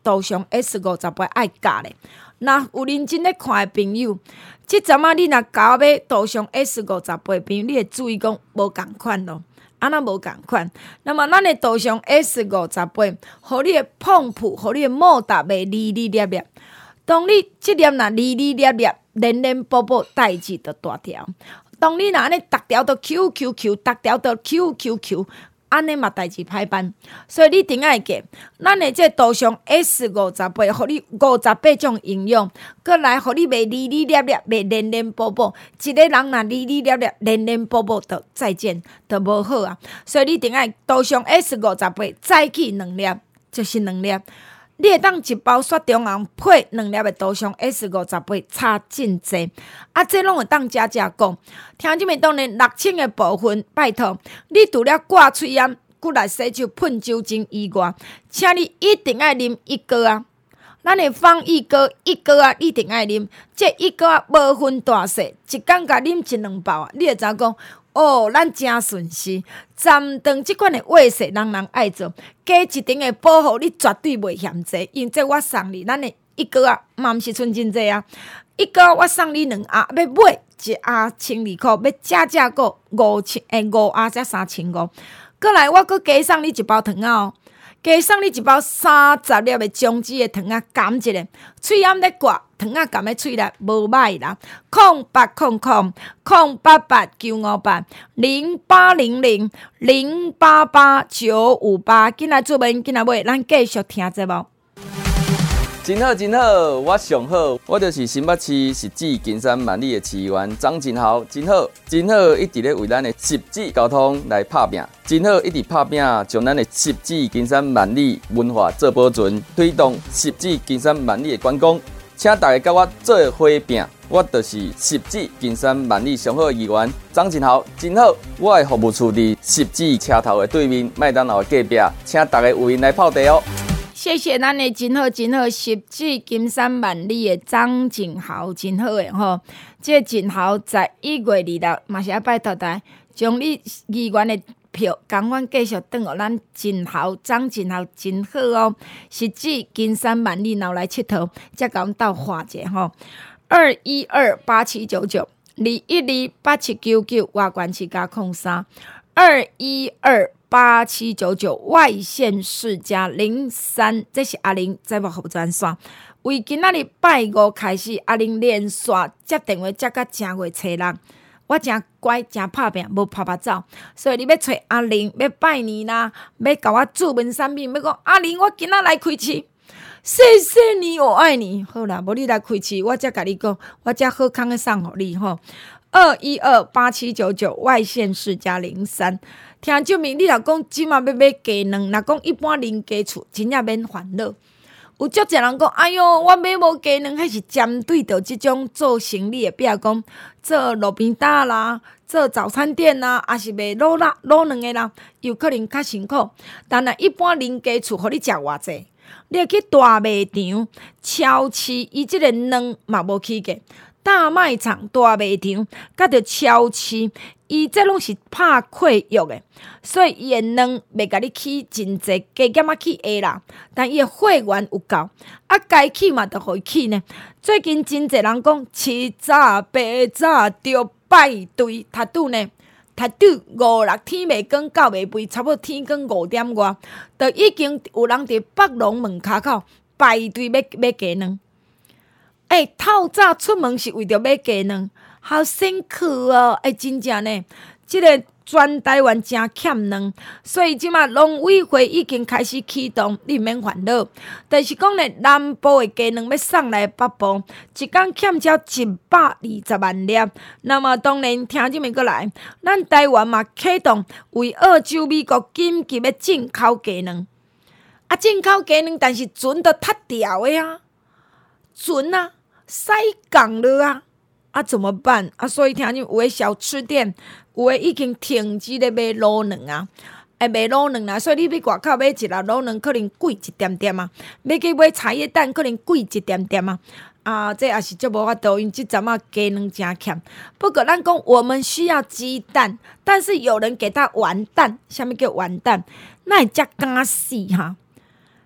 杜尚 S 五十八爱教咧。若有认真咧看的朋友，即阵仔你若搞要杜尚 S 五十八朋友，你会注意讲无共款咯。安那无共款，那么咱的杜尚 S 五十八，互你的碰谱，互你的莫达袂哩哩咧咧。当你即粒若哩哩咧咧，连连补补，代志就大条。当你若安尼逐条都 Q Q Q， 逐条都 Q Q Q， 安尼嘛代志歹办。所以你顶爱记，咱的这杜尚 S 五十八，互你五十八种营养，搁来互你袂哩哩咧咧，袂连连补补。一个人若哩哩咧咧，连连补补，就再见，就无好啊。所以你顶爱杜尚 S 五十八，早起两粒，就是两粒。你会当一包雪中红配两粒的杜尚 S 五十八，差真济。啊，这拢会当食食讲。听即面当然六千的部分，拜托你除了挂喙炎、骨力洗手、喷酒精以外，请你一定爱啉一哥啊！咱的方一哥一哥啊，一定爱啉。这一哥啊，无分大小，一工甲啉一两包啊，你会知讲。哦，咱真顺势，站长即款的话术，人人爱做，加一顶的保护，你绝对袂嫌济。因这我送你，咱的一个啊，嘛毋是剩真济啊。一个我送你两盒，要买一盒千二箍，要加价个五千诶五盒才三千五。过来，我搁加送你一包糖啊哦。加送你一包三十粒的姜子的糖啊，含一个，喙炎咧刮，糖啊含喺喙内，无歹啦。空八空空空八八九五八零八零零零八八九五八，进来做门，进来买，咱继续听节目。 真好真好，我上好，我就是新北市实质金山万里的市议员张真豪，真好真好，一直咧为咱的实质交通来拍拼，真好一直拍拼，将咱的实质金山万里文化做保存，推动实质金山万里的观光，请大家甲我做伙拼，我就是实质金山万里上好的议员张真豪，真好，我的服务处伫实质车头的对面，麦当劳的隔壁，请大家有闲来泡茶哦。 谢谢咱的真好真好，实质金山万里的张真豪，真好的吼。这真豪在一月二六嘛是要拜托大家，将你议员的票，共阮继续转互咱真豪张真豪，真好哦。实质金山万里闹来佚佗，才甲阮斗画者吼。二一二八七九九，二一二八七九九，外关市加空三，二一二。八七九九外县市加零三，这是阿玲节目服务专线。为今仔日拜五开始，阿玲连续接电话接到正月初六，我真乖，真拍拼，无拍拍走。所以你要找阿玲，要拜年啦，要甲我注文产品，要讲阿玲，我今仔来开市，谢谢你，我爱你。好啦，无你来开市，我才甲你讲，我才好康的送互你吼。二一二八七九九外县市加零三。听证明，你若讲即马要买鸡卵，若讲一般零鸡厝，真正免烦恼。有足侪人讲，哎哟，我买无鸡卵，迄是针对着即种做生意的，比如讲做路边摊啦，做早餐店啦，还是卖卤啦、卤卵的啦，有可能较辛苦。但若一般零鸡厝，互你食偌济，你会去大卖场、超市，伊即个卵嘛无起价。大卖场、大卖场，甲着超市，伊这拢是拍契约的，所以伊的卵袂甲你起真济，加减啊起会啦。但伊的会员有够，啊该起嘛着互伊起呢。最近真济人讲七早八早着排队读拄呢，读拄五六天袂光到袂肥，差不多天光五点外，着已经有人伫北龙门骹口排队要买鸡卵。哎、欸，透早出门是为着买鸡卵，好辛苦哦！哎、欸，真正呢，即、这个全台湾真欠卵，所以即马农委会已经开始启动，你免烦恼。但是讲呢，南部的鸡卵要送来北部，一工欠招一百二十万粒。那么当然，听即面过来，咱台湾嘛启动为澳洲、美国紧急的进口鸡卵。啊，进口鸡卵，但是船都塌掉的啊！船啊，塞港了啊！啊，怎么办啊？所以听见有的小吃店，有的已经停止咧卖卤卵啊，哎卖卤卵啦。所以你去外口买一粒卤卵，可能贵一点点啊；要去买茶叶蛋，可能贵一点点啊。啊，这也是足无法度，因即阵啊鸡卵真欠。不过咱讲我们需要鸡蛋，但是有人给他完蛋，啥物叫完蛋？那会遮敢死哈？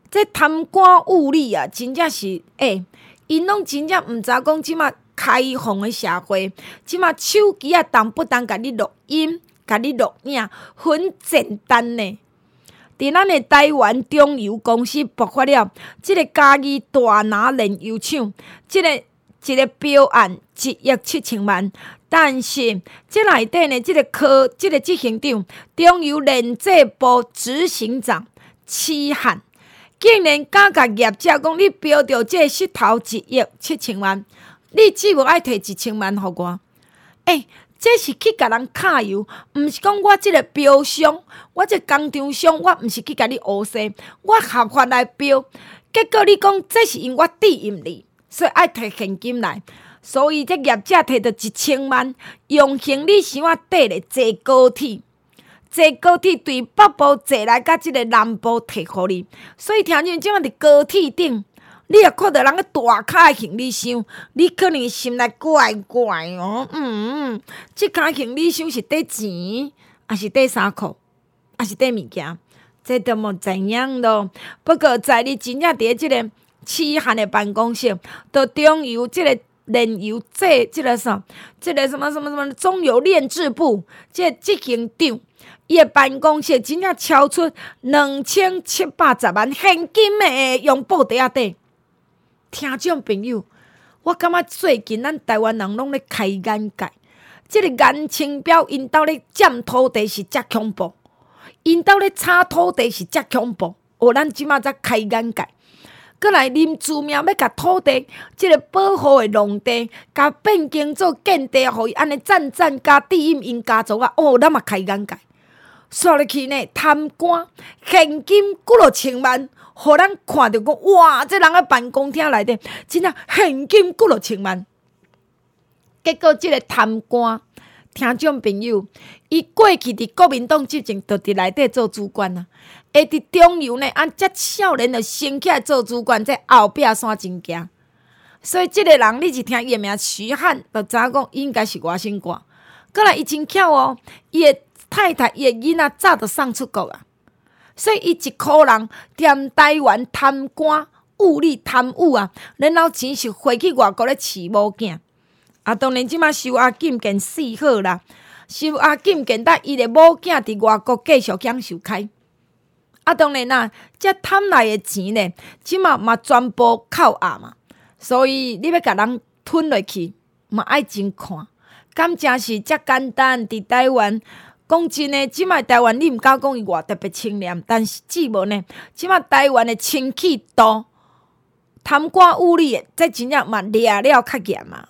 这贪官污吏啊，真正是诶，因拢真正毋知讲即马开放的社会，即马手机啊，动不动甲你录音、甲你录影，很简单呢。伫咱的台湾中油公司爆发了即个嘉义大拿炼油厂，即、这个一个标案一亿七千万，但是即内底呢，即、这个科即、这个执行长、中油炼制部执行长痴汉，竟然敢甲业者讲，你标着即个石头一亿七千万，你只无爱摕一千万互我，诶、欸。这是去甲人卡油，毋是讲我即个标商，我这工厂商，我毋是去甲你乌西，我合法来标。结果你讲这是因我抵任你，所以爱摕现金来，所以这业者摕到一千万，用行李箱啊缀咧坐高铁，坐高铁对北部坐来甲即个南部摕互你，所以听见即摆伫高铁顶。你若看到人个大卡行李箱，你可能心内怪怪哦。嗯，即卡行李箱是缀钱，还是缀衫裤，还是缀物件？这都无怎样咯。不过在你真正伫即个痴汉的办公室，到中油即个炼油这即个啥，即个什么什么什么中油炼制部，即个执行长，伊的办公室真正超出两千七百十万现金的用布袋仔底。听众朋友，我感觉最近咱台湾人拢咧开眼界，即、这个颜清标因兜咧占土地是遮恐怖，因兜咧炒土地是遮恐怖，哦，咱即马才开眼界。过来林志明要甲土地即、这个保护的农地，甲变更做建地，互伊安尼赞赞加低音因家族啊，哦，咱嘛开眼界。刷入去呢，贪官现金几落千万。互咱看到讲，哇！这人个办公厅内底真正现金几落千万。结果即个贪官，听众朋友，伊过去伫国民党执政，就伫内底做主管啊。会伫中油呢，按遮少年就升起来做主管，这后壁山真惊。所以即个人，你是听伊个名徐汉，就知影讲应该是外省挂。过来伊真巧哦，伊个太太、伊个囡仔早就送出国啊。所以，伊一箍人踮台湾贪官、污吏、贪污啊，然后钱是回去外国咧饲某囝。啊，当然即马收阿金健死好啦，收阿金健，等伊个某囝伫外国继续享受开。啊，当然啦，这贪来的钱呢，即马嘛全部扣押嘛，所以你要甲人吞落去，嘛爱真看，敢真是遮简单？伫台湾。讲真诶，即卖台湾你毋敢讲伊偌特别清廉，但是至无呢，即卖台湾诶清气度、贪官污吏诶，这真正嘛掠了较严嘛。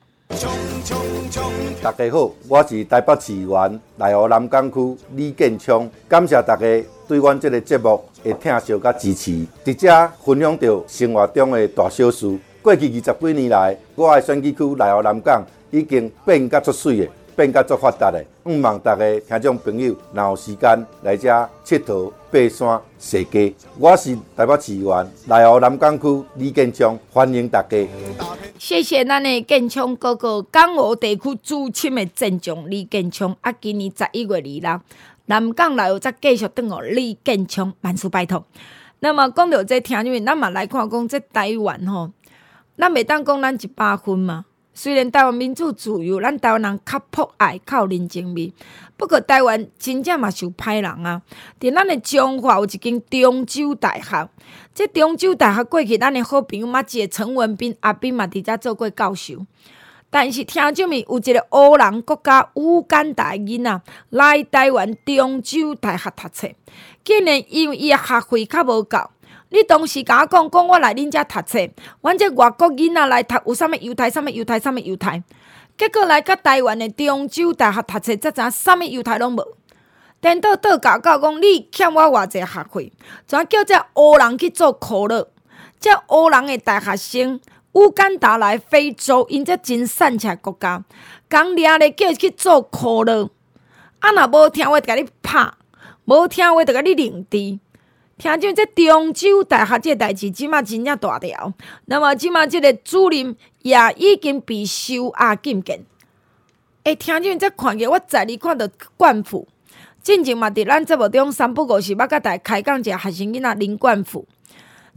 大家好，我是台北市议员内湖南港区李建昌，感谢大家对阮这个节目的听惜甲支持，伫遮分享到生活中的大小事。过去二十几年来，我的选举区内湖南港已经变甲足水的。变甲足发达的，毋望大家听众朋友，若有时间来遮佚佗、爬山、踅街。我是台北市议员内湖南港区李建昌，欢迎大家。 谢谢咱的建昌哥哥，港澳地区资深的镇长李建昌。啊，今年十一月二日，南港内湖则继续等候李建昌，万事拜托。那么讲到这听众，咱嘛来看讲这台湾吼，咱袂当讲咱一百分嘛。虽然台湾民主自由，咱台湾人较博爱、较有人情味，不过台湾真正嘛是有歹人啊。伫咱的中华有一间中州大学，这中州大学过去咱的好朋友嘛，一个陈文彬阿彬嘛伫遮做过教授。但是听证明有一个乌人国家乌干达的囡仔来台湾中州大学读册，竟然因为伊的学费较无够。你当时甲我讲，讲我来恁遮读册，阮这外国囡仔来读有啥物犹太、啥物犹太、啥物犹太，结果来到台湾的中州大学读册，才知影啥物犹太拢无。颠倒倒教教讲，你欠我偌济学费，怎叫这乌人去做可乐？这乌人的大学生，乌干达来非洲，因这真散起来国家，讲掠咧叫去做可乐，啊若无听话，就甲你拍；无听话，就甲你凌迟。听讲这中州大学这代志，即马真正大条。那么即马这个主任也已经被收押禁见。诶，听讲这看见我十二看到冠府，进前嘛伫咱节目中三不五时，捌甲大家开讲一下学生囡仔林冠府。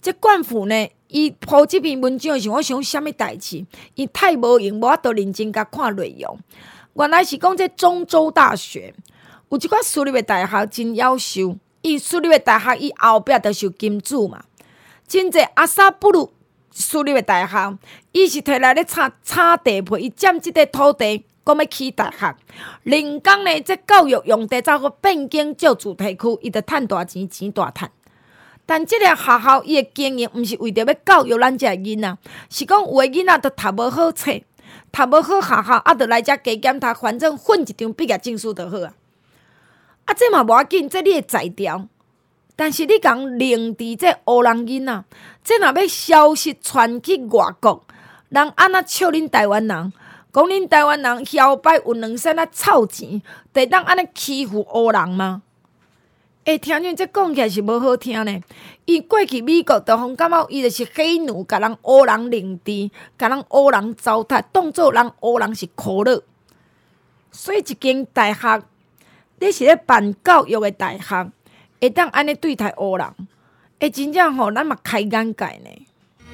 这冠府呢，伊铺这篇文章的时候，我想什么代志？伊太无用，无法度认真甲看内容。原来是讲这中州大学有一寡私立的大学真夭寿，伊私立的大学伊后壁就受金主嘛。真济阿萨布鲁私立的大学，伊是摕来咧炒炒地皮，伊占即块土地，讲要起大学。人工呢，这教育用地走去变更做主题区，伊就趁大钱，钱大趁。但即个学校伊的经营，毋是为着要教育咱遮囡仔，是讲有的囡仔都读无好册，读无好学校，啊，就来遮加减读，反正混一张毕业证书就好啊。啊，这嘛无要紧，这你会裁掉。但是你讲另伫这乌人囡仔，这若要消息传去外国，人安怎笑恁台湾人？讲恁台湾人摇摆有两身啊臭钱，就当安尼欺负乌人吗？会听见这讲起来是无好听呢。伊过去美国就互感觉伊就是黑奴，甲人乌人凌迟，甲人乌人糟蹋，当做人乌人是可乐。所以一间大学，你是咧办教育的大学，会当安尼对待乌人，会真正互咱嘛开眼界呢。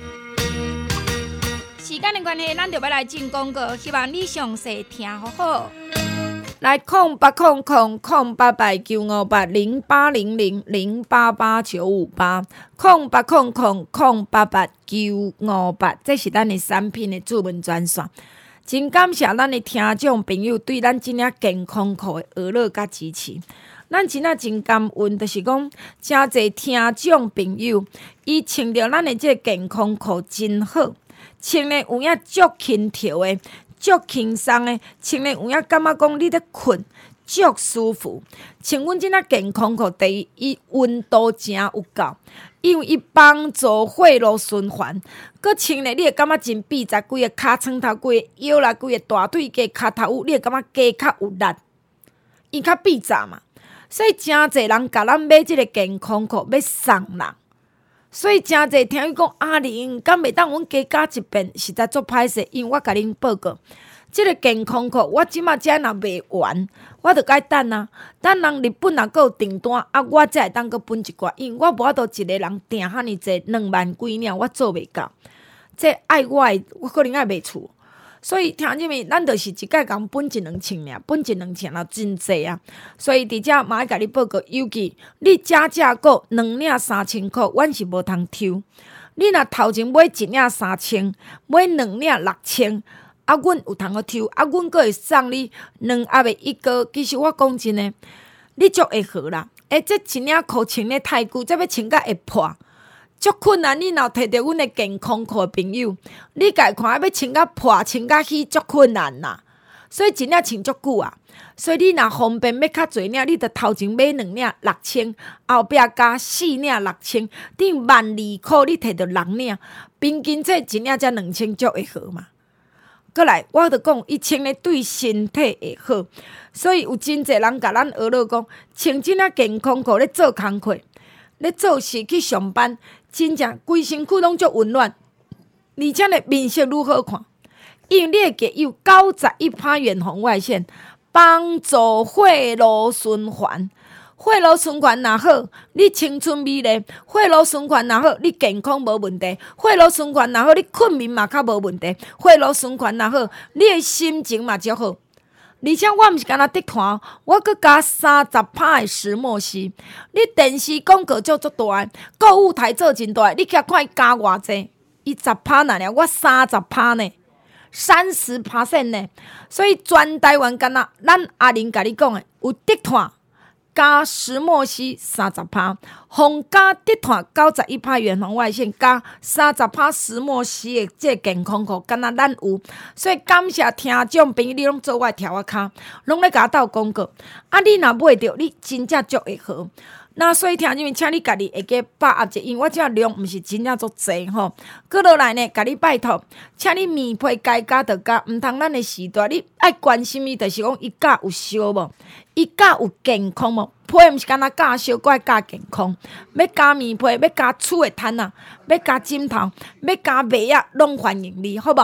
时间的关系，咱就要来进广告，希望你详细听好好。来，空八空空空八八九五八零八零零零八八九五八，空八空空空八八九五八，这是咱的产品的主文专线。真感谢咱的听众朋友对咱真正健康课的娱乐甲支持。咱真正真感恩，就是讲真侪听众朋友，伊穿着咱的这个健康课真好，穿的有影足轻巧的。足轻松的，穿咧有影感觉讲你咧困，足舒服。穿阮即仔健康裤，第一，伊温度诚有够，因为伊帮助血路循环。佮穿咧，你会感觉真笔直，规个骹床头、规个腰啦、规个大腿加骹头有，你会感觉加较有力，伊较笔直嘛。所以诚侪人甲咱买即个健康裤要送人。所以诚侪听伊讲阿玲，敢袂当阮加加一遍，实在足歹势。因为我甲恁报告，即、这个健康裤我即马遮若卖完，我着该等啊。等人日本若阁有订单，啊，我才会当阁分一寡。因为我无法度一个人订遐尼济两万几领，我做袂到。这爱我的，我可能爱卖厝。所以听入面，咱就是一届共分一两千尔，分一两千也真济啊。所以伫遮嘛爱甲你报告，尤其你加价购两领三千箍，阮是无通抽。你若头前买一领三千，买两领六千，啊，阮有通去抽，啊，阮阁会送你两盒的一个。其实我讲真诶，你足会好啦。诶，这一领裤穿咧太久，这要穿甲会破。足困难，你若摕到阮的健康裤朋友，你家看要穿甲破、穿甲起，足困难啦。所以一领穿足久啊。所以你若方便要较侪领，你着头前买两领六千，后壁加四领六千，等万二箍你摕到六领，平均这一领才两千，足会好嘛。过来，我着讲，伊穿咧对身体会好，所以有真侪人甲咱学了讲，穿即领健康裤咧做工课，咧做事去上班。真正规身躯拢足温暖，而且呢面色愈好看，因为你会记有九十一趴远红外线帮助血路循环。血路循环若好，你青春美丽；血路循环若好，你健康无问题；血路循环若好，你困眠嘛较无问题；血路循环若好，你的心情嘛足好。而且我毋是干那得看，我搁加三十趴的石墨烯。你电视广告做足大，购物台做真大，你去看伊加偌济？伊十趴哪了？我三十趴呢，三十趴线呢。所以全台湾干那，咱阿玲甲你讲的，有得看加石墨烯三十趴，红加得看九十一趴远红外线加三十趴石墨烯的这健康裤，敢若咱有。所以感谢听众朋友，你拢做我条我骹，拢咧甲我斗广告。啊，你若买着，你真正足会好。那所以听入面，请你家己会记把握者，因为我这量毋是真正足济吼。过落来呢，甲你拜托，请你面皮该加就加，毋通咱的时代，你爱关心伊，就是讲伊甲有烧无，伊甲有健康无？皮毋是干那加烧，搁爱加健康。要加面皮，要加厝的摊啊，要加枕头，要加袜仔，拢欢迎你，好无？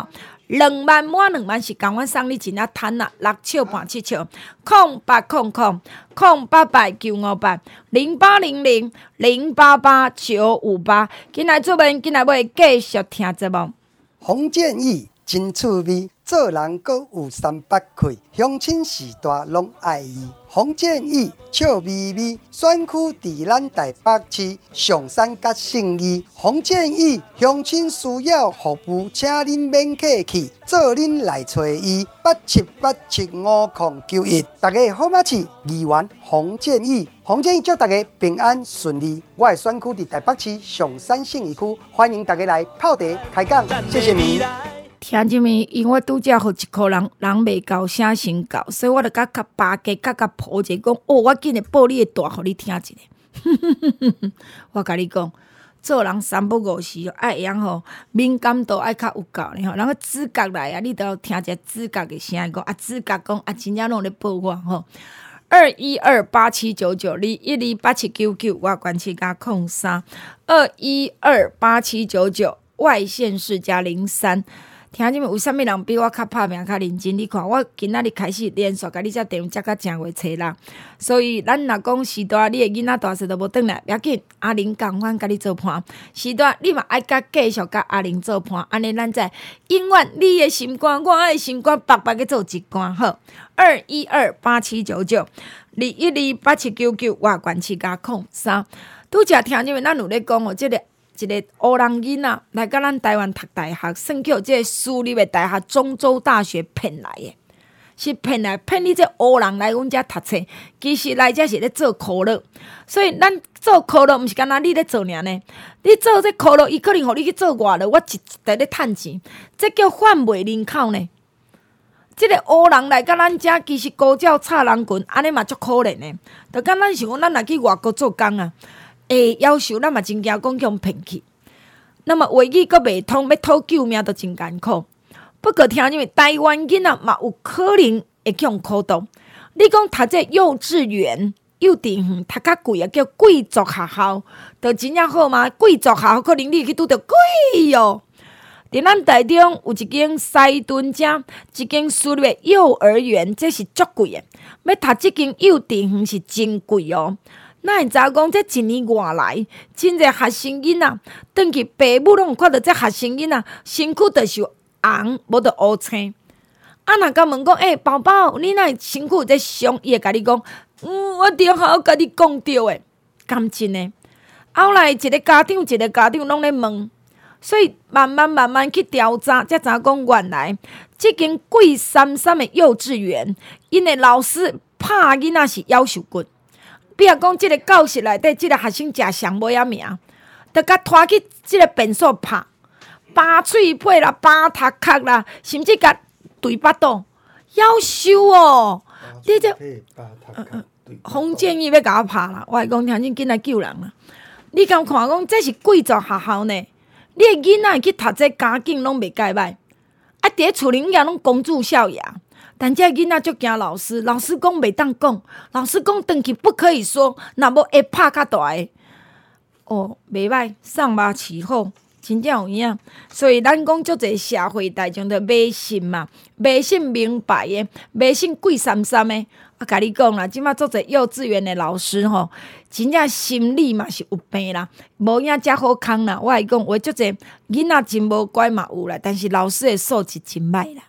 两万满两万是共阮送你钱啊趁啊，六笑半七笑，空八空空空八八九五八零八零零零八八九五八，进来做门，进来要继续听节目。 洪建义真趣味，做人阁有三八气，乡亲时代拢爱伊。洪建义笑眯眯，选区伫咱台北市上山甲信义。洪建义乡亲需要服务，请恁免客气，做恁来找伊。八七八七五零九一，大家好吗？是议员洪建义。洪建义祝大家平安顺利。我的选区伫台北市上山信义区，欢迎大家来泡茶开讲，谢谢你。 听即面，因为我拄则互一箍人，人袂够声先够，所以我著甲甲巴结，甲甲抱者讲，哦，我紧来报你的大，互你听一下。我甲你讲，做人三不五时，爱会晓吼，敏感度爱较有够呢吼。人个指甲来啊，你都要听一下指甲的声，讲啊，指甲讲啊，真正拢咧报我吼。二一二八七九九二一二八七九九，我关七加空三。二一二八七九九，外县市加零三。听你们有啥物人比我较拍拼较认真？你看我今仔日开始连续甲你只电话接到正月初六，所以咱若讲时代你的囡仔大细都无转来，不要紧，阿玲共款甲你做伴。时代你嘛爱甲继续甲阿玲做伴，安尼咱才永远你的心肝，我的心肝，白白去做一肝好。二一二八七九九，二一二八七九九，我关七加空三。拄则听你们咱有咧讲哦，即、這个。一个乌人囡仔来到咱台湾读大学，算叫这个私立的大学中州大学骗来的，是骗来骗你这乌人来阮遮读册，其实来遮是咧做可乐，所以咱做可乐毋是干那你咧做尔呢？你做这可乐，伊可能互你去做外乐，我一直咧趁钱，这叫贩卖人口呢。即、這个乌人来到咱遮，其实高教插人群，安尼嘛足可怜的，就敢咱想讲，咱若去外国做工啊。会要求咱嘛真惊讲叫骗去，那么话语阁袂通，要讨救命都真艰苦。不过听你们台湾囡仔嘛有可能会叫苦读。你讲读这幼稚园、幼稚园读较贵啊，叫贵族学校，就真正好吗？贵族学校可能你去拄着贵哦。伫咱台中有一间西屯遮，一间私立的幼儿园，这是足贵的。要读这间幼稚园是真贵哦。那会知讲这一年外来，真侪学生囡仔，转去爸母拢有看到这学生囡仔身躯就是红，无着乌青。啊，若甲问讲，诶、欸，宝宝，你哪身躯有这伤？伊会甲你讲，嗯，我顶好甲你讲着诶，感真诶。后来一个家长一个家长拢咧问，所以慢慢慢慢去调查，才知讲原来这间贵三三的幼稚园，因为老师拍囡仔是夭寿骨。比如讲，即个教室内底，即个学生食上尾仔名，著甲拖去即个便所拍，扒喙皮啦，扒头壳啦，甚至甲对巴肚，夭寿哦！你这，嗯嗯，洪建义要甲我拍啦，我会讲听恁紧来救人啦。你敢看讲，这是贵族学校呢？你的囡仔去读这家境拢袂介歹，啊，伫咧厝里遐拢公主孝雅。但这囡仔足惊老师，老师讲袂当讲，老师讲回去不可以说，若无会拍较大个。哦，袂歹，上吧起后，真正有影。所以咱讲足侪社会大众着迷信嘛，迷信名牌的，迷信贵三三的。啊，甲你讲啦，即马足侪幼稚园的老师吼，真正心理嘛是有病啦，无影遮好康啦。我会讲，话足侪囡仔真无乖嘛有啦，但是老师的素质真歹啦。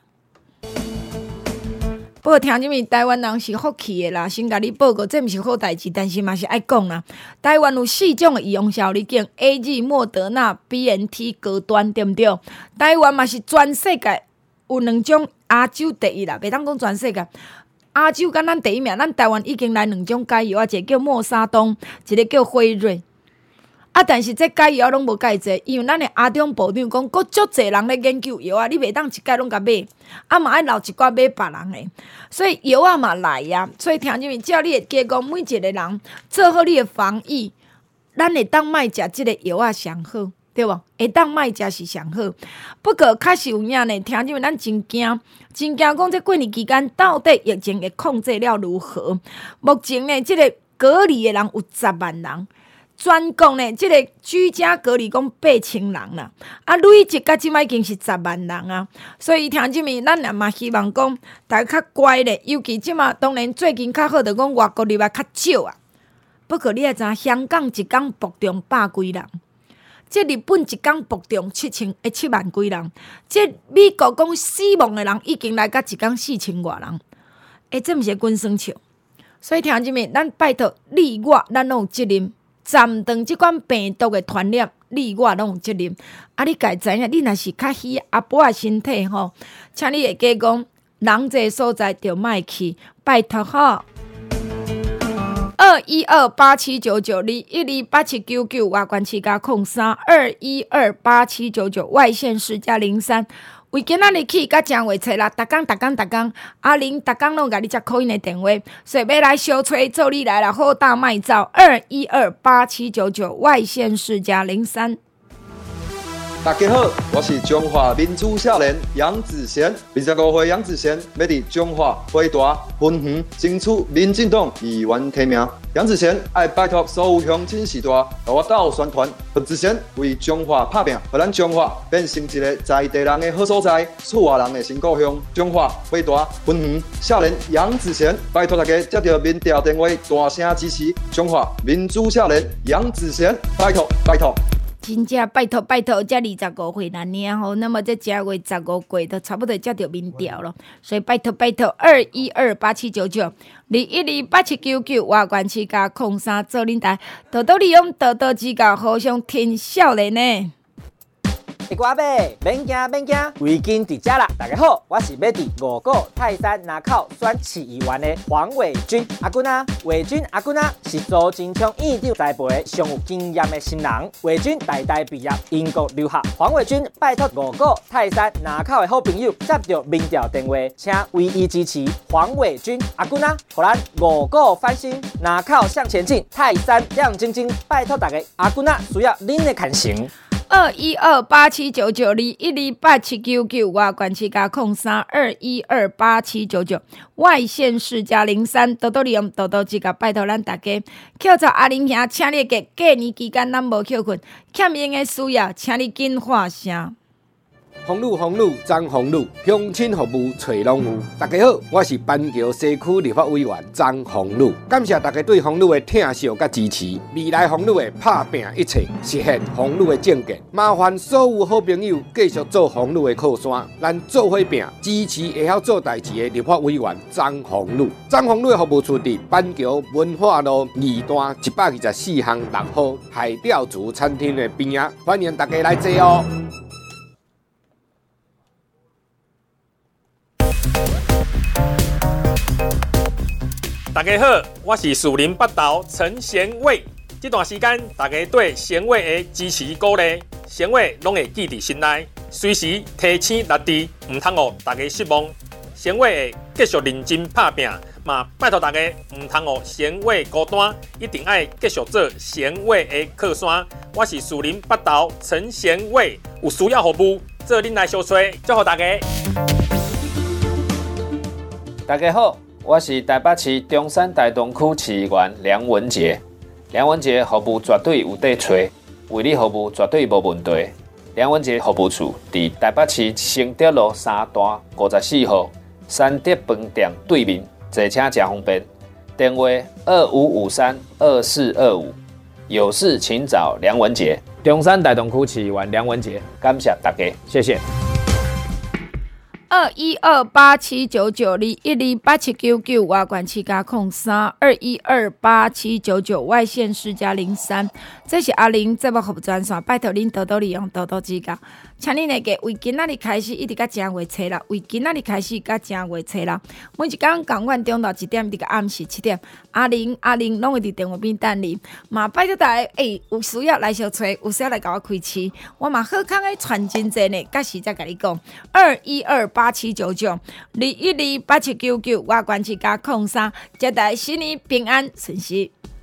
不过听即面台湾人是福气的啦，先甲你报告，这毋是好代志，但是嘛是爱讲啦。台湾有四种的医用效力镜 ，A G、莫德纳、B N T 高端，对毋对？台湾嘛是全世界有两种亚洲第一啦，袂当讲全世界。亚洲敢咱第一名，咱台湾已经来两种解药啊，一个叫默沙东，一个叫辉瑞。啊，但是这解药拢无介济，因为咱的阿中部长讲，佫足侪人咧研究药啊，你袂当一解拢甲买，啊嘛爱留一寡买别人的，所以药啊嘛来呀。所以听入面，只要你会加讲每一个人做好你的防疫，咱会当卖食即个药啊上好，对无？会当卖食是上好。不过确实有影呢，听入面咱真惊，真惊讲这过年期间到底疫情会控制了如何？目前呢，即、這个隔离的人有十万人。 全国呢，即、這个居家隔离讲八千人啦，啊，累积到即摆已经是十万人啊。所以听即面，咱也嘛希望讲大家较乖咧，尤其即马当然最近较好，就讲外国入来较少啊。不过你也知影，香港一工暴中百几人，即日本一工暴中七千诶七万几人，即美国讲死亡诶人已经来到一工四千外人，诶，这毋是滚算笑。所以听即面，咱拜托你我，咱拢有责任。暂断即款病毒的传染，你我拢有责任。啊，你家知影，你若是较虚阿婆的身体吼，请你会记讲，人这所在就莫去，拜托吼。二一二八七九九二一二八七九九外关七加空三二一二八七九九外线十加零三。为今仔日起甲正月初啦，逐工逐工逐工，阿玲逐工拢甲你接call in的电话，所以要来小吹做你来了，好大卖照二一二八七九九外线四加零三。 大家好，我是中华民主少年杨子贤，二十五岁杨子贤要伫中华花大分园争取民进党议员提名。杨子贤爱拜托所有乡亲时代，和我斗宣传，杨子贤为中华打拼，让咱中华变成一个在地人的好所在，厝外人的新故乡。中华花大分园少年杨子贤，拜托大家接到民调电话，大声支持中华民主少年杨子贤，拜托拜托。 真正拜托拜托，才二十五岁啦呢吼，那么这正月十五过，都差不多接到民调了，所以拜托拜托，二一二八七九九，二一二八七九九，外关七加空三做恁台，多多利用，多多指教，互相听少年呢。 大哥阿伯，免惊免惊，围巾伫遮啦！大家好，我是要伫五股泰山南口选市议员的黄伟军阿君啊。伟军阿君啊，是朱金昌院长栽培的上有经验的新人。伟军大大毕业，英国留学。黄伟军拜托五股泰山南口的好朋友接到民调电话，请唯一支持黄伟军阿君啊，互咱五股翻新，南口向前进，泰山亮晶晶。拜托大家，阿君啊，需要恁的牵成。 二一二八七九九二一二八七九九外关七加空三二一二八七九九外线四加零三，多多利用多多指教，拜托咱大家扣着阿玲兄，请你给过年期间咱无扣困，欠用的需要，请你紧发声。 红路红路张红路，乡亲服务找拢有。大家好，我是板桥西区立法委员张红路，感谢大家对红路的疼惜甲支持。未来红路的拍拼一切，实现红路的政见。麻烦所有好朋友继续做红路的靠山，咱做伙拼，支持会晓做代志的立法委员张红路。张红路的服务处伫板桥文化路二段一百二十四巷六号海钓族餐厅的边仔，欢迎大家来坐哦。 大家好，我是树林北投陈贤伟。这段时间，大家对贤伟的支持鼓励，贤伟拢会记伫心内，随时提醒力滴，唔通互大家失望。贤伟会继续认真拍拼，嘛拜托大家唔通互贤伟孤单，一定爱继续做贤伟的靠山。我是树林北投陈贤伟，有需要服务，做恁来相催，祝福大家。 大家好。我是台北市中山大东区市议员梁文杰。梁文杰服务绝对有底找，为你服务绝对无问题。梁文杰服务处伫台北市承德路三段五十四号三德饭店对面，坐车真方便。电话二五五三二四二五，有事请找梁文杰。 中山大东区市议员梁文杰， 感谢大家，谢谢。 二一二八七九九二一二八七九九外关七加空三二一二八七九九外线四加零三，这是阿玲节目服务专线，拜托恁多多利用，多多指教。请恁那个为今仔日开始一直到正月初六，为今仔日开始到正月初六，每一天共阮中昼一点，直到暗时七点，阿玲阿玲拢会伫电话边等你。嘛拜托大家，诶、欸，有需要来小吹，有需要来甲我开市，我嘛好康的传真济呢，到时再甲你讲。二一二八七九九二一二八七九九外关七加空三，祝大家新年平安顺遂。